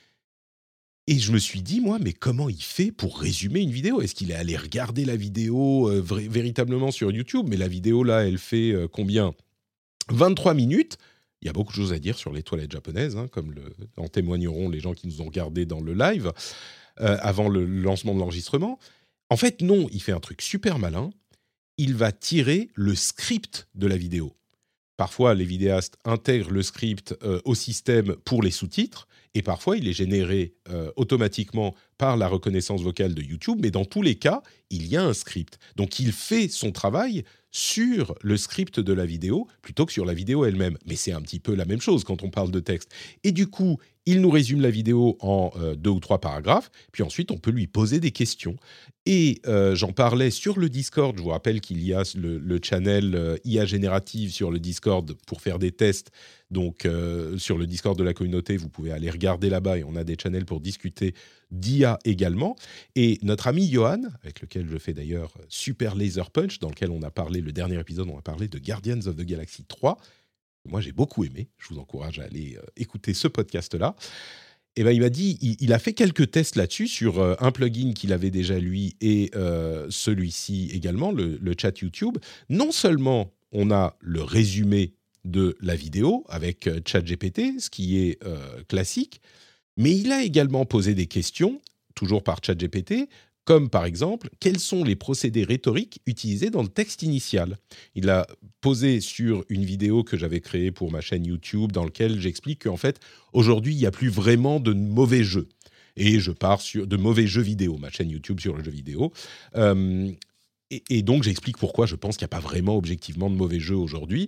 Et je me suis dit, moi, mais comment il fait pour résumer une vidéo ? Est-ce qu'il est allé regarder la vidéo euh, vra- véritablement sur YouTube ? Mais la vidéo, là, elle fait euh, combien ? vingt-trois minutes. Il y a beaucoup de choses à dire sur les toilettes japonaises, hein, comme le, en témoigneront les gens qui nous ont regardés dans le live. Euh, avant le lancement de l'enregistrement. En fait, non, il fait un truc super malin. Il va tirer le script de la vidéo. Parfois, les vidéastes intègrent le script euh, au système pour les sous-titres, et parfois, il est généré euh, automatiquement par la reconnaissance vocale de YouTube, mais dans tous les cas, il y a un script. Donc, il fait son travail sur le script de la vidéo plutôt que sur la vidéo elle-même. Mais c'est un petit peu la même chose quand on parle de texte. Et du coup, il nous résume la vidéo en euh, deux ou trois paragraphes, puis ensuite, on peut lui poser des questions. Et euh, j'en parlais sur le Discord. Je vous rappelle qu'il y a le, le channel euh, I A Générative sur le Discord pour faire des tests. Donc, euh, sur le Discord de la communauté, vous pouvez aller regarder là-bas et on a des channels pour discuter d'I A également. Et notre ami Johan, avec lequel je fais d'ailleurs Super Laser Punch, dans lequel on a parlé, le dernier épisode, on a parlé de Guardians of the Galaxy trois. Moi, j'ai beaucoup aimé. Je vous encourage à aller euh, écouter ce podcast-là. Et ben, il m'a dit, il, il a fait quelques tests là-dessus sur euh, un plugin qu'il avait déjà lui et euh, celui-ci également, le, le chat YouTube. Non seulement on a le résumé de la vidéo avec euh, ChatGPT, ce qui est euh, classique, mais il a également posé des questions, toujours par ChatGPT, comme par exemple, quels sont les procédés rhétoriques utilisés dans le texte initial ? Il a posé sur une vidéo que j'avais créée pour ma chaîne YouTube, dans laquelle j'explique qu'en fait, aujourd'hui, il n'y a plus vraiment de mauvais jeux. Et je pars sur de mauvais jeux vidéo, ma chaîne YouTube sur le jeu vidéo. Euh, et, et donc, j'explique pourquoi je pense qu'il n'y a pas vraiment objectivement de mauvais jeux aujourd'hui.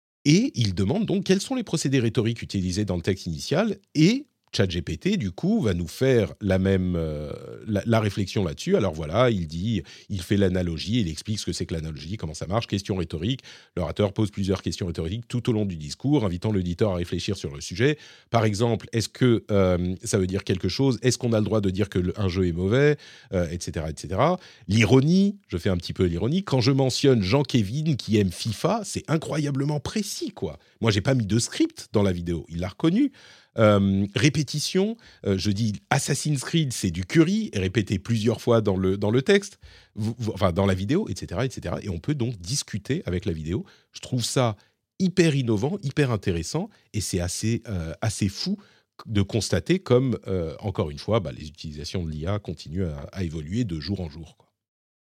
Et il demande donc quels sont les procédés rhétoriques utilisés dans le texte initial et ChatGPT, du coup, va nous faire la même euh, la, la réflexion là-dessus. Alors voilà, il dit, il fait l'analogie, il explique ce que c'est que l'analogie, comment ça marche, question rhétorique. L'orateur pose plusieurs questions rhétoriques tout au long du discours, invitant l'auditeur à réfléchir sur le sujet. Par exemple, est-ce que euh, ça veut dire quelque chose ? Est-ce qu'on a le droit de dire que le, un jeu est mauvais, euh, et cetera, et cetera. L'ironie, je fais un petit peu l'ironie. Quand je mentionne Jean-Kévin qui aime FIFA, c'est incroyablement précis, quoi. Moi, j'ai pas mis de script dans la vidéo, il l'a reconnu. Euh, répétition, euh, je dis Assassin's Creed, c'est du curry, répété plusieurs fois dans le, dans le texte, vous, vous, enfin dans la vidéo, et cetera, et cetera. Et on peut donc discuter avec la vidéo. Je trouve ça hyper innovant, hyper intéressant, et c'est assez, euh, assez fou de constater comme, euh, encore une fois, bah, les utilisations de l'I A continuent à, à évoluer de jour en jour, quoi.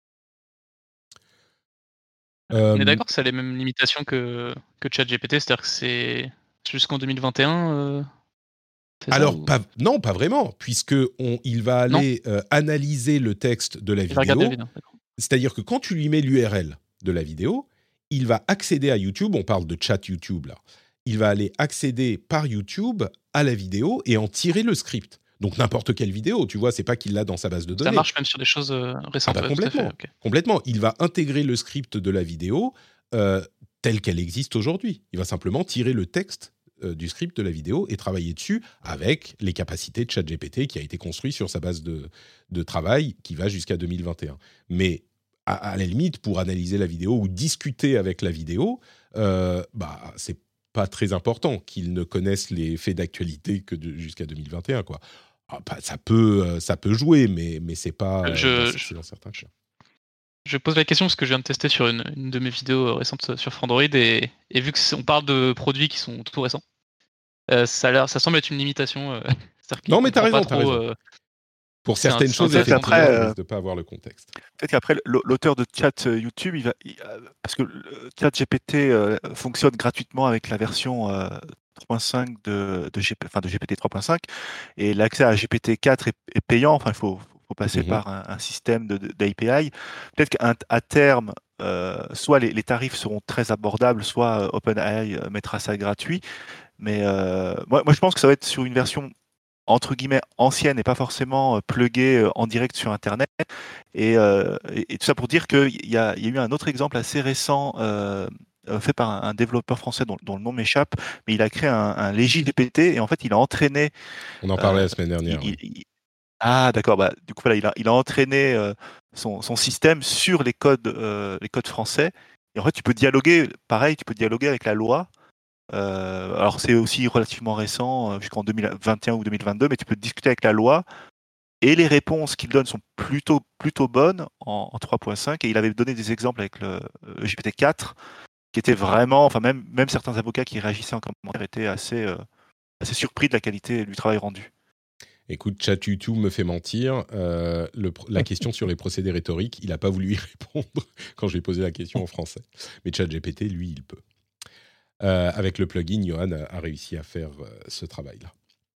Euh, on est d'accord que ça a les mêmes limitations que, que ChatGPT, c'est-à-dire que c'est jusqu'en deux mille vingt et un euh... Alors, ou... pas, non, pas vraiment, puisqu'il va aller euh, analyser le texte de la il vidéo. La vidéo c'est-à-dire que quand tu lui mets l'U R L de la vidéo, il va accéder à YouTube, on parle de chat YouTube là, il va aller accéder par YouTube à la vidéo et en tirer le script. Donc n'importe quelle vidéo, tu vois, c'est pas qu'il l'a dans sa base de données. Ça marche même sur des choses euh, récentes. Ah bah, complètement, okay. complètement. Il va intégrer le script de la vidéo euh, tel qu'elle existe aujourd'hui. Il va simplement tirer le texte euh, du script de la vidéo et travailler dessus avec les capacités de ChatGPT qui a été construit sur sa base de, de travail qui va jusqu'à deux mille vingt et un. Mais à, à la limite, pour analyser la vidéo ou discuter avec la vidéo, euh, bah, c'est pas très important qu'ils ne connaissent les faits d'actualité que de, jusqu'à deux mille vingt et un, quoi. Ah, bah, ça peut, ça peut jouer, mais mais c'est pas. Je, dans, je, c'est dans certains cas. Je pose la question parce que je viens de tester sur une, une de mes vidéos récentes sur Frandroid et, et vu qu'on parle de produits qui sont tout récents, euh, ça, a l'air, ça semble être une limitation. Euh, non, mais t'as raison, trop, t'as raison. Euh, Pour certaines un, choses, effectivement, après, euh, on risque de ne pas avoir le contexte. Peut-être qu'après, l'auteur de chat YouTube, il va, il, parce que le chat G P T euh, fonctionne gratuitement avec la version euh, trois point cinq de, de, G P, enfin de G P T trois point cinq, et l'accès à G P T quatre est, est payant, enfin il faut, faut passer mm-hmm. par un, un système de, de, d'A P I. Peut-être qu'à terme, euh, soit les, les tarifs seront très abordables, soit euh, OpenAI euh, mettra ça gratuit, mais euh, moi, moi je pense que ça va être sur une version entre guillemets ancienne et pas forcément euh, pluguée euh, en direct sur Internet. Et, euh, et, et tout ça pour dire qu'il y a, y a eu un autre exemple assez récent euh, fait par un, un développeur français dont, dont le nom m'échappe, mais il a créé un, un Légi G P T et en fait il a entraîné... On en parlait euh, la semaine dernière. Il, ouais. il, ah d'accord, bah, du coup voilà, il, a, il a entraîné euh, son, son système sur les codes, euh, les codes français. Et en fait tu peux dialoguer, pareil, tu peux dialoguer avec la loi. Euh, alors c'est aussi relativement récent, jusqu'en deux mille vingt et un ou deux mille vingt-deux, mais tu peux discuter avec la loi et les réponses qu'il donne sont plutôt, plutôt bonnes en, en trois point cinq, et il avait donné des exemples avec le, le G P T quatre qui étaient vraiment, enfin même, même certains avocats qui réagissaient en commentaire étaient assez, euh, assez surpris de la qualité du travail rendu. Écoute, ChatUtube me fait mentir. Euh, le, la question sur les procédés rhétoriques, il n'a pas voulu y répondre quand je lui ai posé la question en français. Mais ChatGPT, lui, il peut. Euh, avec le plugin, Johan a, a réussi à faire euh, ce travail-là.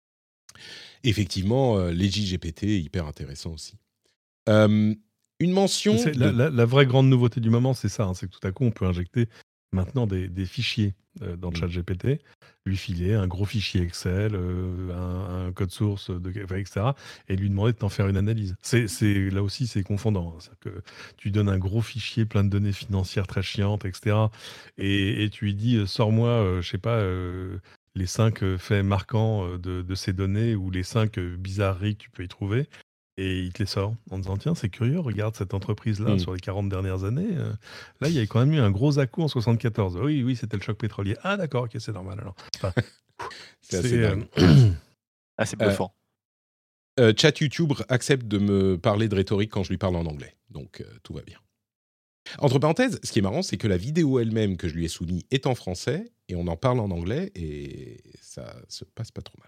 Effectivement, euh, Légi G P T est hyper intéressant aussi. Euh, une mention... De... La, la, la vraie grande nouveauté du moment, c'est ça, hein, c'est que tout à coup, on peut injecter maintenant des, des fichiers euh, dans le chat G P T, lui filer un gros fichier Excel, euh, un, un code source, de, et cetera, et lui demander de t'en faire une analyse. C'est, c'est, là aussi, c'est confondant. Hein, c'est que tu donnes un gros fichier, plein de données financières très chiantes, et cetera, et, et tu lui dis, sors-moi, euh, je sais pas... Euh, les cinq faits marquants de, de ces données ou les cinq bizarreries que tu peux y trouver, et il te les sort en disant tiens, c'est curieux, regarde cette entreprise-là mmh. sur les quarante dernières années. Euh, là, il y a quand même eu un gros à-coup en soixante-quatorze. Oui, oui, c'était le choc pétrolier. Ah, d'accord, ok, c'est normal alors. Enfin, c'est, c'est assez dingue. Euh... ah, c'est bluffant. Euh, euh, ChatUtube accepte de me parler de rhétorique quand je lui parle en anglais, donc euh, tout va bien. Entre parenthèses, ce qui est marrant, c'est que la vidéo elle-même que je lui ai soumise est en français et on en parle en anglais et ça se passe pas trop mal.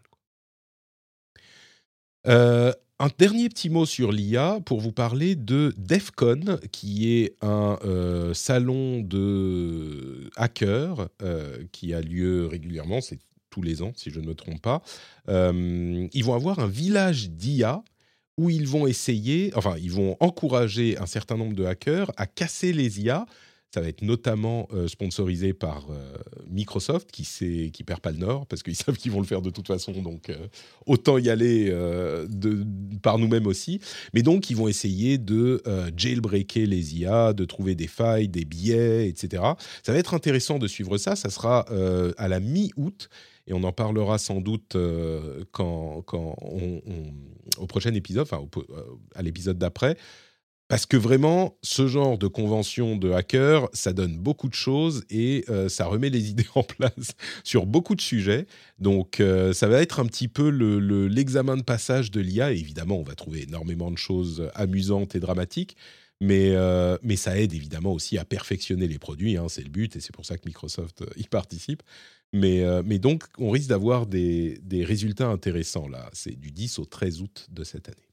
Euh, un dernier petit mot sur l'I A pour vous parler de DEF-CON, qui est un euh, salon de hackers euh, qui a lieu régulièrement, c'est tous les ans si je ne me trompe pas. Euh, ils vont avoir un village d'I A où ils vont essayer, enfin, ils vont encourager un certain nombre de hackers à casser les I A. Ça va être notamment euh, sponsorisé par euh, Microsoft, qui ne qui perd pas le nord, parce qu'ils savent qu'ils vont le faire de toute façon, donc euh, autant y aller euh, de, par nous-mêmes aussi. Mais donc, ils vont essayer de euh, jailbreaker les I A, de trouver des failles, des biais, et cetera. Ça va être intéressant de suivre ça. Ça sera euh, à la mi-août. Et on en parlera sans doute euh, quand, quand on, on, au prochain épisode, enfin au, à l'épisode d'après, parce que vraiment, ce genre de convention de hackers, ça donne beaucoup de choses et euh, ça remet les idées en place sur beaucoup de sujets. Donc, euh, ça va être un petit peu le, le, l'examen de passage de l'I A. Et évidemment, on va trouver énormément de choses amusantes et dramatiques. Mais, euh, mais ça aide évidemment aussi à perfectionner les produits, hein, c'est le but, et c'est pour ça que Microsoft euh, y participe. Mais, euh, mais donc, on risque d'avoir des, des résultats intéressants là. C'est du dix au treize août de cette année.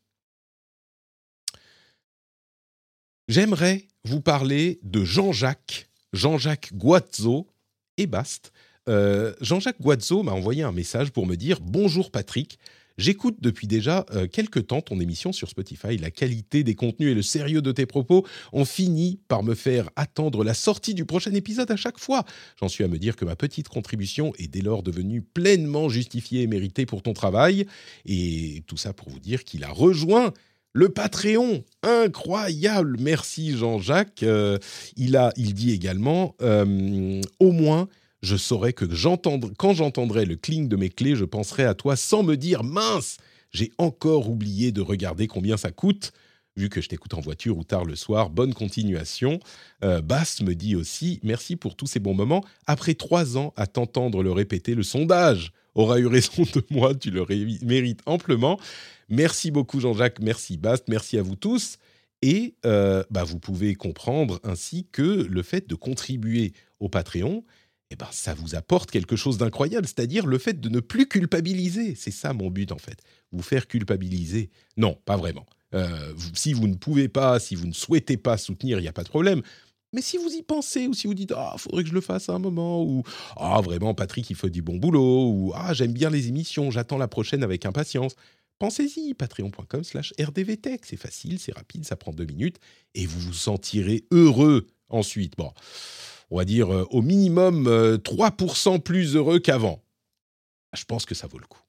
J'aimerais vous parler de Jean-Jacques, Jean-Jacques Guazzo et Bast. Euh, Jean-Jacques Guazzo m'a envoyé un message pour me dire « Bonjour Patrick, j'écoute depuis déjà euh, quelques temps ton émission sur Spotify. La qualité des contenus et le sérieux de tes propos ont fini par me faire attendre la sortie du prochain épisode à chaque fois. J'en suis à me dire que ma petite contribution est dès lors devenue pleinement justifiée et méritée pour ton travail. » Et tout ça pour vous dire qu'il a rejoint le Patreon. Incroyable. Merci Jean-Jacques. Euh, il, a, il dit également euh, « Au moins, je saurais que j'entendre, quand j'entendrai le cling de mes clés, je penserai à toi sans me dire « Mince, j'ai encore oublié de regarder combien ça coûte ». Vu que je t'écoute en voiture ou tard le soir, bonne continuation. Euh, Bast me dit aussi « Merci pour tous ces bons moments. Après trois ans à t'entendre le répéter, le sondage aura eu raison de moi. Tu le ré- mérites amplement. » Merci beaucoup Jean-Jacques, merci Bast, merci à vous tous. Et euh, bah, vous pouvez comprendre ainsi que le fait de contribuer au Patreon, eh ben, ça vous apporte quelque chose d'incroyable, c'est-à-dire le fait de ne plus culpabiliser. C'est ça mon but en fait, vous faire culpabiliser. Non, pas vraiment. Euh, vous, si vous ne pouvez pas, si vous ne souhaitez pas soutenir, il n'y a pas de problème. Mais si vous y pensez, ou si vous dites « Ah, faudrait que je le fasse à un moment », ou « Ah, vraiment, Patrick, il fait du bon boulot », ou « Ah, j'aime bien les émissions, j'attends la prochaine avec impatience », pensez-y, patreon.com slash rdvtech. C'est facile, c'est rapide, ça prend deux minutes, et vous vous sentirez heureux ensuite. Bon, on va dire euh, au minimum euh, trois pour cent plus heureux qu'avant. Je pense que ça vaut le coup.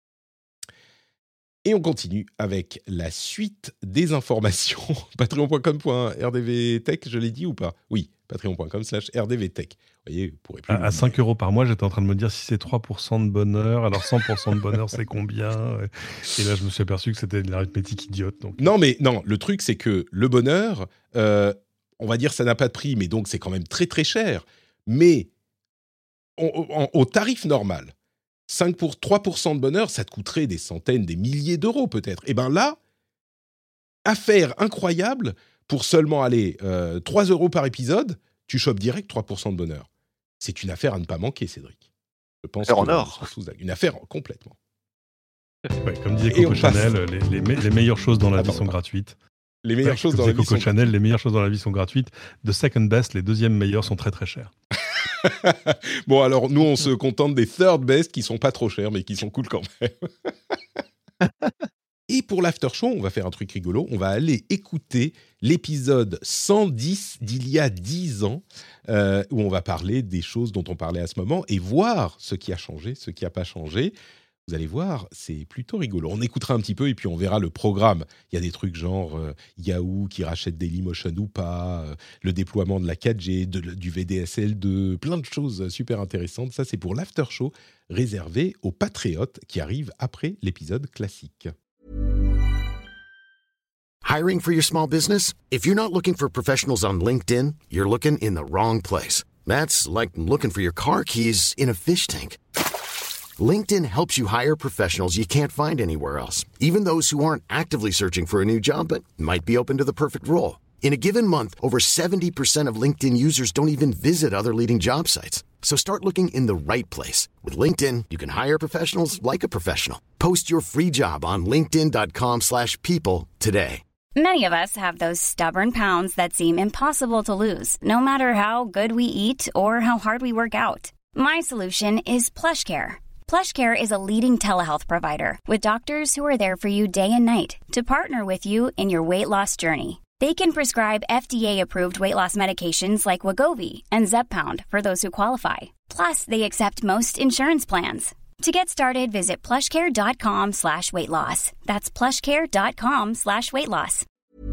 Et on continue avec la suite des informations. patreon.com point rdvtech, je l'ai dit ou pas ? Oui, patreon.com slash rdvtech. Vous voyez, vous pourrez plus... À, à cinq euros par mois, j'étais en train de me dire si c'est trois pour cent de bonheur, alors cent pour cent de bonheur, c'est combien ? Et là, je me suis aperçu que c'était de l'arithmétique idiote. Donc... Non, mais non, le truc, c'est que le bonheur, euh, on va dire ça n'a pas de prix, mais donc c'est quand même très très cher. Mais on, on, au tarif normal, cinq pour, trois pour cent de bonheur, ça te coûterait des centaines, des milliers d'euros peut-être. Et bien là, affaire incroyable, pour seulement aller euh, trois euros par épisode, tu chopes direct trois pour cent de bonheur. C'est une affaire à ne pas manquer, Cédric. Je pense en or. Une affaire complètement. Ouais, comme disait Coco Chanel, passe... les, les, les meilleures choses dans la Attends, vie sont gratuites. Les meilleures ouais, choses dans la vie Coco sont Chanel, les meilleures choses dans la vie sont gratuites. The second best, les deuxièmes meilleures sont très très chères. Bon, alors nous, on se contente des third best qui sont pas trop chers, mais qui sont cool quand même. Et pour l'after show, on va faire un truc rigolo. On va aller écouter l'épisode cent dix d'il y a dix ans, euh, où on va parler des choses dont on parlait à ce moment et voir ce qui a changé, ce qui n'a pas changé. Vous allez voir, c'est plutôt rigolo. On écoutera un petit peu et puis on verra le programme. Il y a des trucs genre euh, Yahoo qui rachète Dailymotion ou pas, euh, le déploiement de la quatre G, de, du V D S L deux, plein de choses super intéressantes. Ça, c'est pour l'after show réservé aux patriotes qui arrivent après l'épisode classique. Hiring for your small business? If you're not looking for professionals on LinkedIn, you're looking in the wrong place. That's like looking for your car keys in a fish tank. LinkedIn helps you hire professionals you can't find anywhere else, even those who aren't actively searching for a new job but might be open to the perfect role. In a given month, over seventy percent of LinkedIn users don't even visit other leading job sites. So start looking in the right place. With LinkedIn, you can hire professionals like a professional. Post your free job on linkedin.com slash people today. Many of us have those stubborn pounds that seem impossible to lose, no matter how good we eat or how hard we work out. My solution is PlushCare. PlushCare is a leading telehealth provider with doctors who are there for you day and night to partner with you in your weight loss journey. They can prescribe F D A-approved weight loss medications like Wegovy and Zepbound for those who qualify. Plus, they accept most insurance plans. To get started, visit plushcare.com slash weight loss. That's plushcare.com slash weight loss.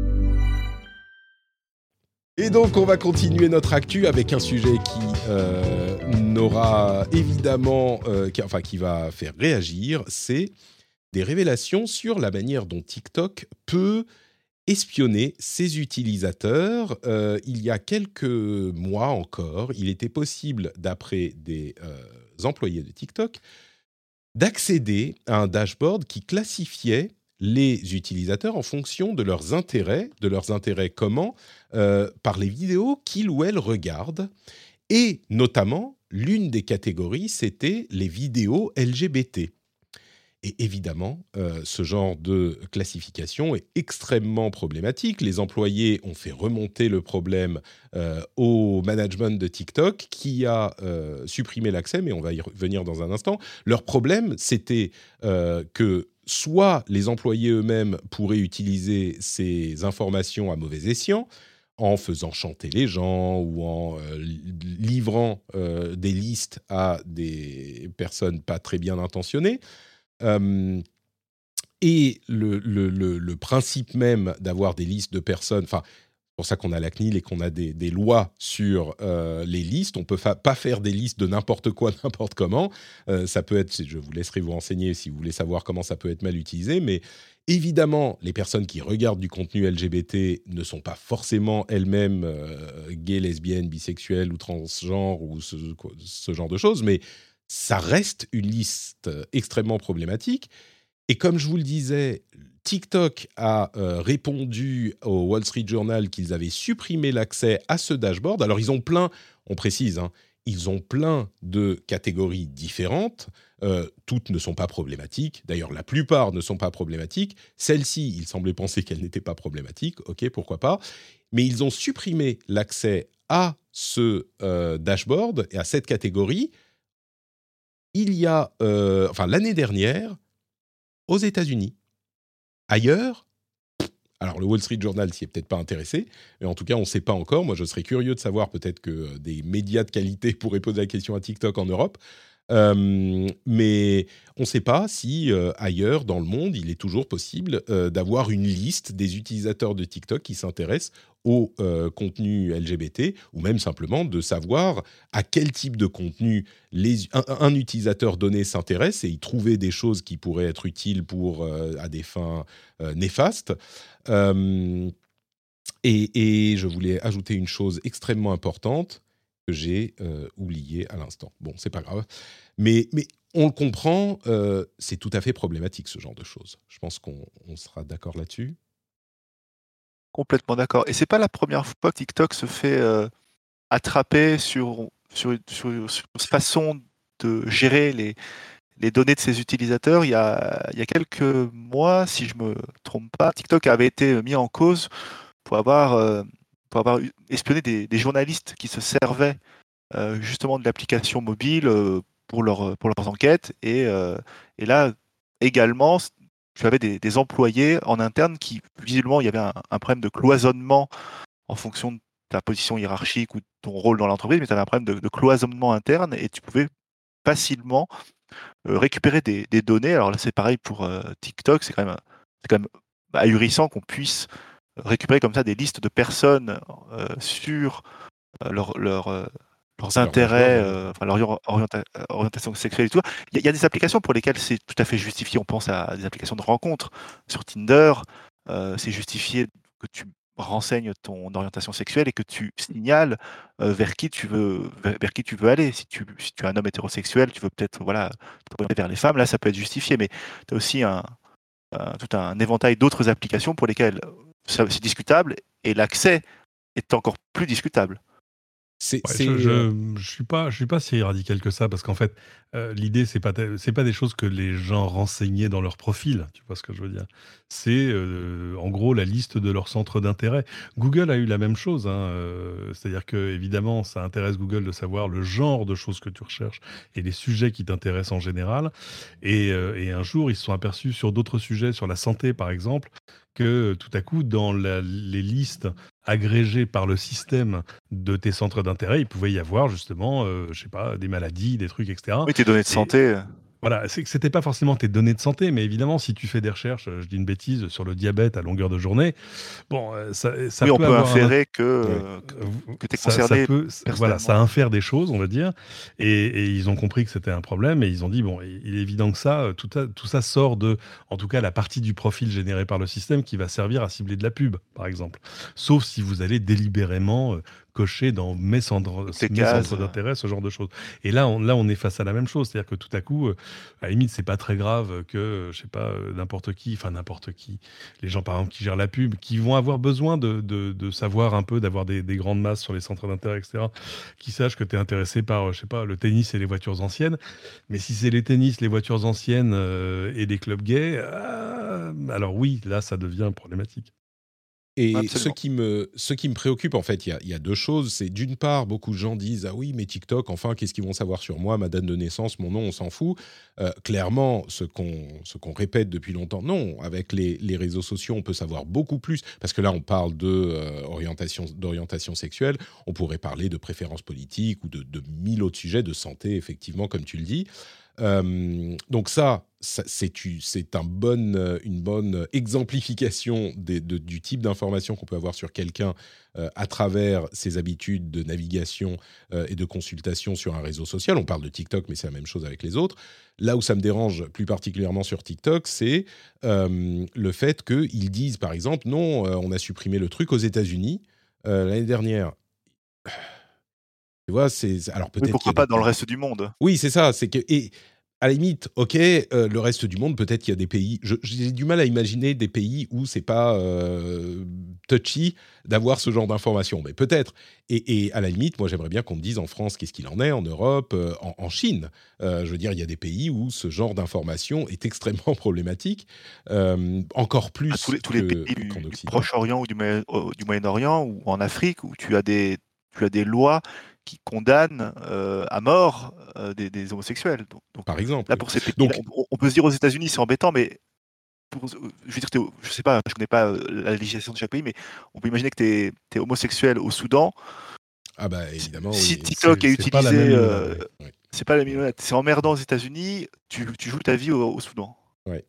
Et donc, on va continuer notre actu avec un sujet qui euh, n'aura évidemment, euh, qui, enfin, qui va faire réagir. C'est des révélations sur la manière dont TikTok peut espionner ses utilisateurs. Euh, il y a quelques mois encore, il était possible, d'après des euh, employés de TikTok, d'accéder à un dashboard qui classifiait les utilisateurs en fonction de leurs intérêts, de leurs intérêts comment, euh, par les vidéos qu'ils ou elles regardent. Et notamment, l'une des catégories, c'était les vidéos L G B T. Et évidemment, euh, ce genre de classification est extrêmement problématique. Les employés ont fait remonter le problème euh, au management de TikTok qui a euh, supprimé l'accès, mais on va y revenir dans un instant. Leur problème, c'était euh, que soit les employés eux-mêmes pourraient utiliser ces informations à mauvais escient, en faisant chanter les gens ou en euh, livrant euh, des listes à des personnes pas très bien intentionnées. Euh, et le, le, le, le principe même d'avoir des listes de personnes, enfin, pour ça qu'on a la C N I L et qu'on a des, des lois sur euh, les listes. On ne peut fa- pas faire des listes de n'importe quoi, n'importe comment. Euh, ça peut être, je vous laisserai vous renseigner si vous voulez savoir comment ça peut être mal utilisé, mais évidemment, les personnes qui regardent du contenu L G B T ne sont pas forcément elles-mêmes euh, gays, lesbiennes, bisexuelles ou transgenres ou ce, ce genre de choses, mais ça reste une liste extrêmement problématique. Et comme je vous le disais, TikTok a euh, répondu au Wall Street Journal qu'ils avaient supprimé l'accès à ce dashboard. Alors, ils ont plein, on précise, hein, ils ont plein de catégories différentes. Euh, toutes ne sont pas problématiques. D'ailleurs, la plupart ne sont pas problématiques. Celle-ci, il semblait penser qu'elle n'était pas problématique. OK, pourquoi pas. Mais ils ont supprimé l'accès à ce euh, dashboard et à cette catégorie. Il y a, euh, enfin, l'année dernière, aux États-Unis. Ailleurs, alors le Wall Street Journal s'y est peut-être pas intéressé, mais en tout cas, on ne sait pas encore. Moi, je serais curieux de savoir, peut-être que des médias de qualité pourraient poser la question à TikTok en Europe. Euh, mais on ne sait pas si euh, ailleurs dans le monde, il est toujours possible euh, d'avoir une liste des utilisateurs de TikTok qui s'intéressent au euh, contenu L G B T, ou même simplement de savoir à quel type de contenu les, un, un utilisateur donné s'intéresse et y trouver des choses qui pourraient être utiles pour, euh, à des fins euh, néfastes. Euh, et, et je voulais ajouter une chose extrêmement importante que j'ai euh, oubliée à l'instant. Bon, c'est pas grave. Mais, mais on le comprend, euh, c'est tout à fait problématique ce genre de choses. Je pense qu'on on sera d'accord là-dessus. Complètement d'accord. Et c'est pas la première fois que TikTok se fait euh, attraper sur, sur, sur, sur cette façon de gérer les, les données de ses utilisateurs. Il y a, il y a quelques mois, si je me trompe pas, TikTok avait été mis en cause pour avoir, euh, pour avoir espionné des, des journalistes qui se servaient euh, justement de l'application mobile euh, pour, leur, pour leurs enquêtes. Et, euh, et là, également, tu avais des, des employés en interne qui, visiblement, il y avait un, un problème de cloisonnement en fonction de ta position hiérarchique ou de ton rôle dans l'entreprise, mais tu avais un problème de, de cloisonnement interne et tu pouvais facilement euh, récupérer des, des données. Alors là, c'est pareil pour euh, TikTok, c'est quand même, c'est quand même ahurissant qu'on puisse récupérer comme ça des listes de personnes euh, sur euh, leur, leur, euh, leurs intérêts, euh, enfin, leur orienta- orientation sexuelle et tout. Il y, y a des applications pour lesquelles c'est tout à fait justifié. On pense à des applications de rencontres sur Tinder. Euh, c'est justifié que tu renseignes ton orientation sexuelle et que tu signales euh, vers qui tu veux vers, vers qui tu veux aller. Si tu si tu es un homme hétérosexuel, tu veux peut-être voilà t'orienter vers les femmes. Là, ça peut être justifié. Mais tu as aussi un, un tout un éventail d'autres applications pour lesquelles ça, c'est discutable et l'accès est encore plus discutable. C'est, ouais, c'est... Je, je, je suis pas, je suis pas si radical que ça parce qu'en fait, euh, l'idée c'est pas, c'est pas des choses que les gens renseignaient dans leur profil. Tu vois ce que je veux dire ? C'est euh, en gros la liste de leurs centres d'intérêt. Google a eu la même chose, hein, euh, c'est-à-dire que évidemment, ça intéresse Google de savoir le genre de choses que tu recherches et les sujets qui t'intéressent en général. Et, euh, et un jour, ils se sont aperçus sur d'autres sujets, sur la santé par exemple, que tout à coup, dans la, les listes agrégées par le système de tes centres d'intérêt, il pouvait y avoir justement, euh, je sais pas, des maladies, des trucs, et cetera. Oui, tes données de Et, santé. Voilà, c'est que c'était pas forcément tes données de santé, mais évidemment, si tu fais des recherches, je dis une bêtise, sur le diabète à longueur de journée, bon, ça, ça oui, peut on peut avoir inférer un... que, euh, que tu es ça, concerné. Ça peut, voilà, ça infère des choses, on va dire, et, et ils ont compris que c'était un problème, et ils ont dit, bon, il est évident que ça, tout, ça, tout ça sort de, en tout cas, la partie du profil généré par le système qui va servir à cibler de la pub, par exemple. Sauf si vous allez délibérément... Euh, cocher dans mes centres, mes centres d'intérêt, ce genre de choses. Et là on, là, on est face à la même chose. C'est-à-dire que tout à coup, euh, à la limite, c'est pas très grave que, euh, je sais pas, euh, n'importe qui, enfin n'importe qui, les gens par exemple qui gèrent la pub, qui vont avoir besoin de, de, de savoir un peu, d'avoir des, des grandes masses sur les centres d'intérêt, et cetera, qui sachent que tu es intéressé par, euh, je sais pas, le tennis et les voitures anciennes. Mais si c'est les tennis, les voitures anciennes euh, et les clubs gays, euh, alors oui, là, ça devient problématique. Et ce qui, me, ce qui me préoccupe, en fait, il y, y a deux choses. C'est d'une part, beaucoup de gens disent « Ah oui, mais TikTok, enfin, qu'est-ce qu'ils vont savoir sur moi, ma date de naissance, mon nom, on s'en fout. Euh, » Clairement, ce qu'on, ce qu'on répète depuis longtemps, non. Avec les, les réseaux sociaux, on peut savoir beaucoup plus. Parce que là, on parle de, euh, orientation, d'orientation sexuelle. On pourrait parler de préférences politiques ou de, de mille autres sujets, de santé, effectivement, comme tu le dis. Euh, donc ça, ça, c'est, c'est un bon, une bonne exemplification des, de, du type d'information qu'on peut avoir sur quelqu'un euh, à travers ses habitudes de navigation euh, et de consultation sur un réseau social. On parle de TikTok, mais c'est la même chose avec les autres. Là où ça me dérange plus particulièrement sur TikTok, c'est euh, le fait qu'ils disent, par exemple, non, euh, on a supprimé le truc aux États-Unis euh, l'année dernière. Tu vois, c'est alors peut-être. Mais pourquoi pas des... dans le reste du monde ? Oui, c'est ça. C'est que et à la limite, ok, euh, le reste du monde, peut-être qu'il y a des pays. Je, j'ai du mal à imaginer des pays où c'est pas euh, touchy d'avoir ce genre d'informations, mais peut-être. Et, et à la limite, moi, j'aimerais bien qu'on me dise en France qu'est-ce qu'il en est, en Europe, euh, en, en Chine. Euh, je veux dire, il y a des pays où ce genre d'information est extrêmement problématique, euh, encore plus. À tous les, tous les que, pays du, du Proche-Orient ou du, du Moyen-Orient ou en Afrique où tu as des, tu as des lois qui condamnent euh, à mort euh, des, des homosexuels. Donc, donc, par exemple. Là, pour ces pays, donc, on, on peut se dire aux États-Unis, c'est embêtant, mais pour, je veux dire, je sais pas, je connais pas la législation de chaque pays, mais on peut imaginer que tu es homosexuel au Soudan. Ah bah évidemment. Si oui. TikTok c'est, est, c'est utilisé, pas la même, euh, ouais. c'est pas la même honnête. C'est emmerdant aux États-Unis. Tu, tu joues ta vie au, au Soudan. Ouais.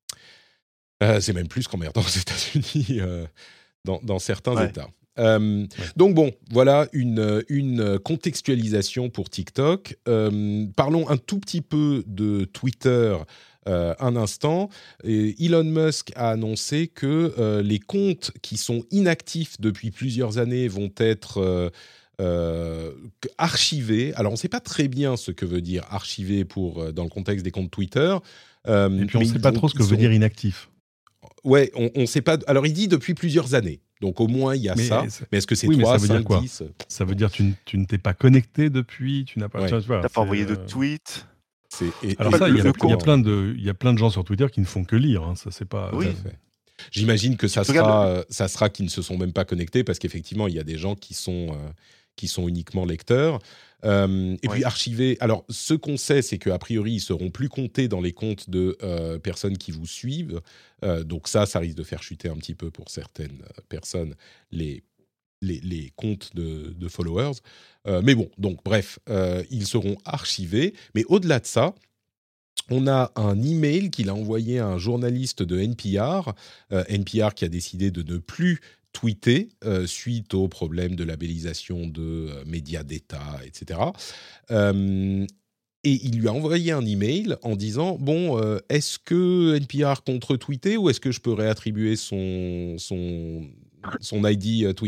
Euh, c'est même plus qu'emmerdant aux États-Unis euh, dans, dans certains ouais. États. Euh, ouais. Donc bon, voilà une, une contextualisation pour TikTok. Euh, parlons un tout petit peu de Twitter euh, un instant. Et Elon Musk a annoncé que euh, les comptes qui sont inactifs depuis plusieurs années vont être euh, euh, archivés. Alors on ne sait pas très bien ce que veut dire archiver pour, euh, dans le contexte des comptes Twitter. Euh, Et puis on ne sait pas trop ce que veut sont... dire inactif. Ouais, on ne sait pas. Alors il dit depuis plusieurs années. Donc au moins il y a mais ça. Mais est-ce que c'est oui, trois, cinq, dix ? Ça veut dire que tu, n- tu ne t'es pas connecté depuis, tu n'as pas, ouais. tu vois, n'as pas envoyé de tweets. C'est, et, Alors et ça, il y, y a plein de, il y a plein de gens sur Twitter qui ne font que lire. Hein, ça c'est pas. Oui. Ça fait. J'imagine que ça sera, euh, ça sera qu'ils ne se sont même pas connectés parce qu'effectivement il y a des gens qui sont euh, qui sont uniquement lecteurs. Euh, et ouais. puis archiver. Alors, ce qu'on sait, c'est qu'a priori, ils seront plus comptés dans les comptes de euh, personnes qui vous suivent. Euh, donc ça, ça risque de faire chuter un petit peu pour certaines personnes les les, les comptes de, de followers. Euh, mais bon, donc bref, euh, ils seront archivés. Mais au-delà de ça, on a un email qu'il a envoyé à un journaliste de N P R, euh, N P R qui a décidé de ne plus tweeté euh, suite aux problèmes de labellisation de euh, médias d'État, et cetera. Euh, et il lui a envoyé un email en disant « Bon, euh, est-ce que N P R compte retweeter ou est-ce que je peux réattribuer son, son, son I D euh, Twitter ?»